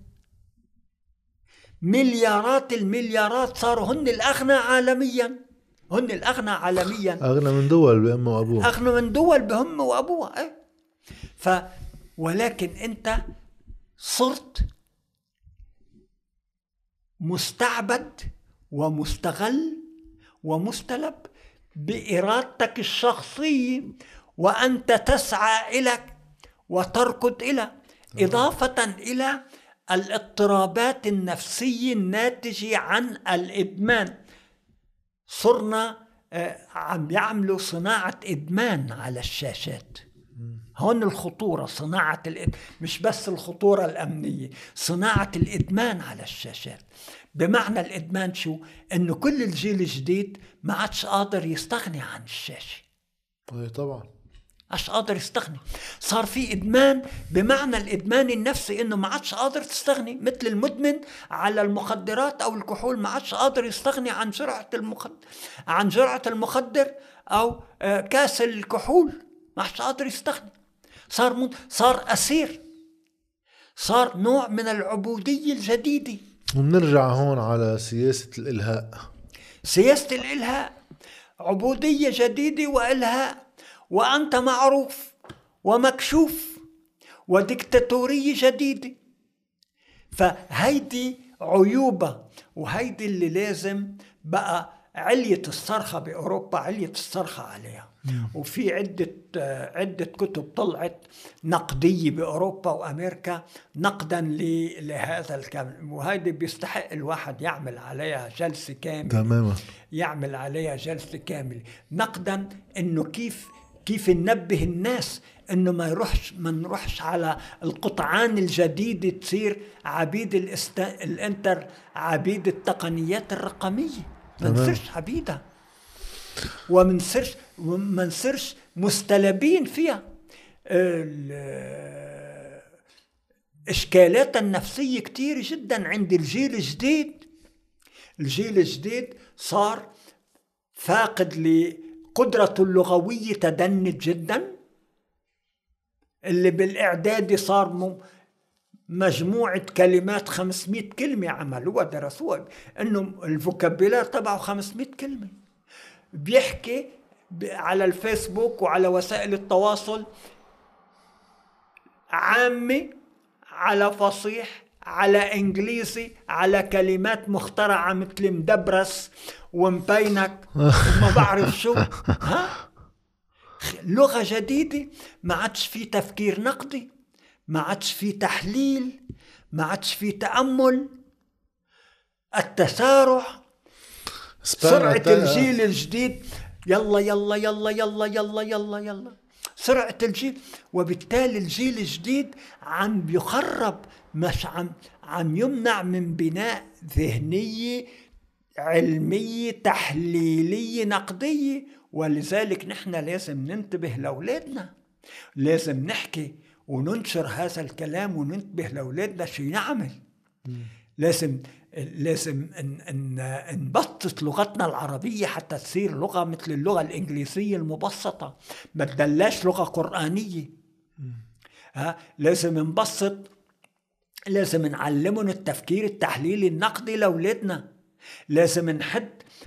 مليارات المليارات صاروا هن الأغنى عالميا، هن الأغنى عالميا، أغنى من دول بأم وأبوها، أغنى من دول بهم وأبوها. ايه. ف ولكن أنت صرت مستعبد ومستغل ومستلب بإرادتك الشخصية، وأنت تسعى إلى وتركض إلى، إضافة إلى الاضطرابات النفسية الناتجة عن الإدمان. صرنا عم يعملوا صناعة إدمان على الشاشات. هون الخطورة، صناعة الإدمان، مش بس الخطورة الأمنية، صناعة الإدمان على الشاشات. بمعنى الإدمان شو؟ إنه كل الجيل الجديد ما عادش قادر يستغني عن الشاشة. طبعا عادش قادر يستغني. صار في إدمان بمعنى الإدمان النفسي، إنه ما عادش قادر تستغني، مثل المدمن على المخدرات أو الكحول ما عادش قادر يستغني عن جرعة المخدر عن جرعة المخدر أو كاس الكحول، ما عادش قادر يستغني. صار من... صار أسير، صار نوع من العبودية الجديدة. وبنرجع هون على سياسة الإلهاء. سياسة الإلهاء، عبودية جديدة وإلهاء، وأنت معروف ومكشوف، وديكتاتورية جديدة. فهيدي عيوبة، وهيدي اللي لازم بقى علية الصرخة بأوروبا، علية الصرخة عليها. وفي عدة عدة كتب طلعت نقدية بأوروبا وأمريكا نقدا لهذا الكلام، وهيدي بيستحق الواحد يعمل عليها جلسة كاملة. تماما. يعمل عليها جلسة كاملة نقدا إنه كيف كيف ننبه الناس إنه ما يروحش ما نروحش على القطعان الجديدة تصير عبيد الاست... الانتر عبيد التقنيات الرقمية، ما نصيرش عبيدها، وما نصيرش وما نصيرش مستلبين فيها. إشكالات النفسية كتير جدا عند الجيل الجديد. الجيل الجديد صار فاقد لقدرته اللغوية، تدنت جدا. اللي بالإعدادي صار مجموعة كلمات خمسمائة كلمة عملوها درسوها، إنه الفوكابيلار تبعه خمسمائة كلمة. بيحكي على الفيسبوك وعلى وسائل التواصل عامي، على فصيح، على إنجليزي، على كلمات مخترعة مثل مدبرس ومبينك وما بعرف شو. ها؟ لغة جديدة، ما عادش في تفكير نقدي، ما عادش في تحليل، ما عادش في تأمل. التسارع، سرعة الجيل الجديد، يلا يلا يلا يلا يلا يلا يلا سرعة الجيل. وبالتالي الجيل الجديد عم بيخرب، مش عم عم يمنع من بناء ذهنية علمية تحليلية نقدية. ولذلك نحن لازم ننتبه لأولادنا، لازم نحكي وننشر هذا الكلام وننتبه لأولادنا شو نعمل. لازم لازم ان ان نبسط لغتنا العربية حتى تصير لغة مثل اللغة الإنجليزية المبسطة، ما تدلاش لغة قرآنية. ها، لازم نبسط، لازم نعلمهم التفكير التحليلي النقدي لأولادنا. لازم نحد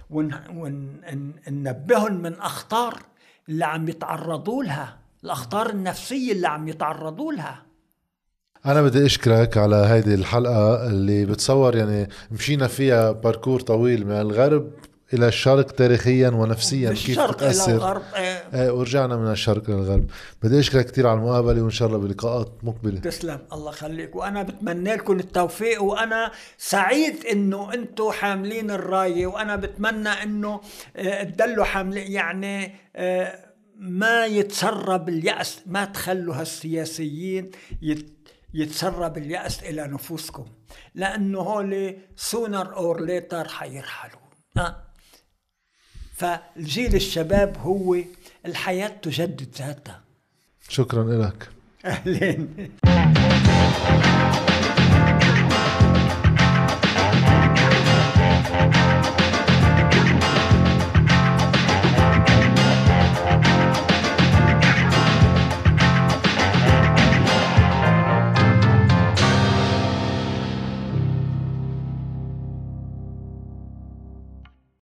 وننبههم من أخطار اللي عم يتعرضوا لها، الأخطار النفسية اللي عم يتعرضوا لها. أنا بدي أشكرك على هذه الحلقة اللي بتصور يعني مشينا فيها باركور طويل من الغرب إلى الشرق تاريخيا ونفسيا، كيف تتأثر اه ورجعنا من الشرق إلى الغرب. بدي أشكرك كتير على المقابلة، وإن شاء الله بلقاءات مقبلة. تسلم، الله خليك، وأنا بتمنى لكم التوفيق، وأنا سعيد إنه أنتوا حاملين الراية، وأنا بتمنى إنه تدلوا حاملين، يعني ما يتسرب اليأس، ما تخلوا هالسياسيين يت يتسرب اليأس إلى نفوسكم، لأنه هولي sooner or later حيرحلوا. أه؟ فالجيل الشباب هو الحياة تجدد ذاتها. شكرا لك. أهلين.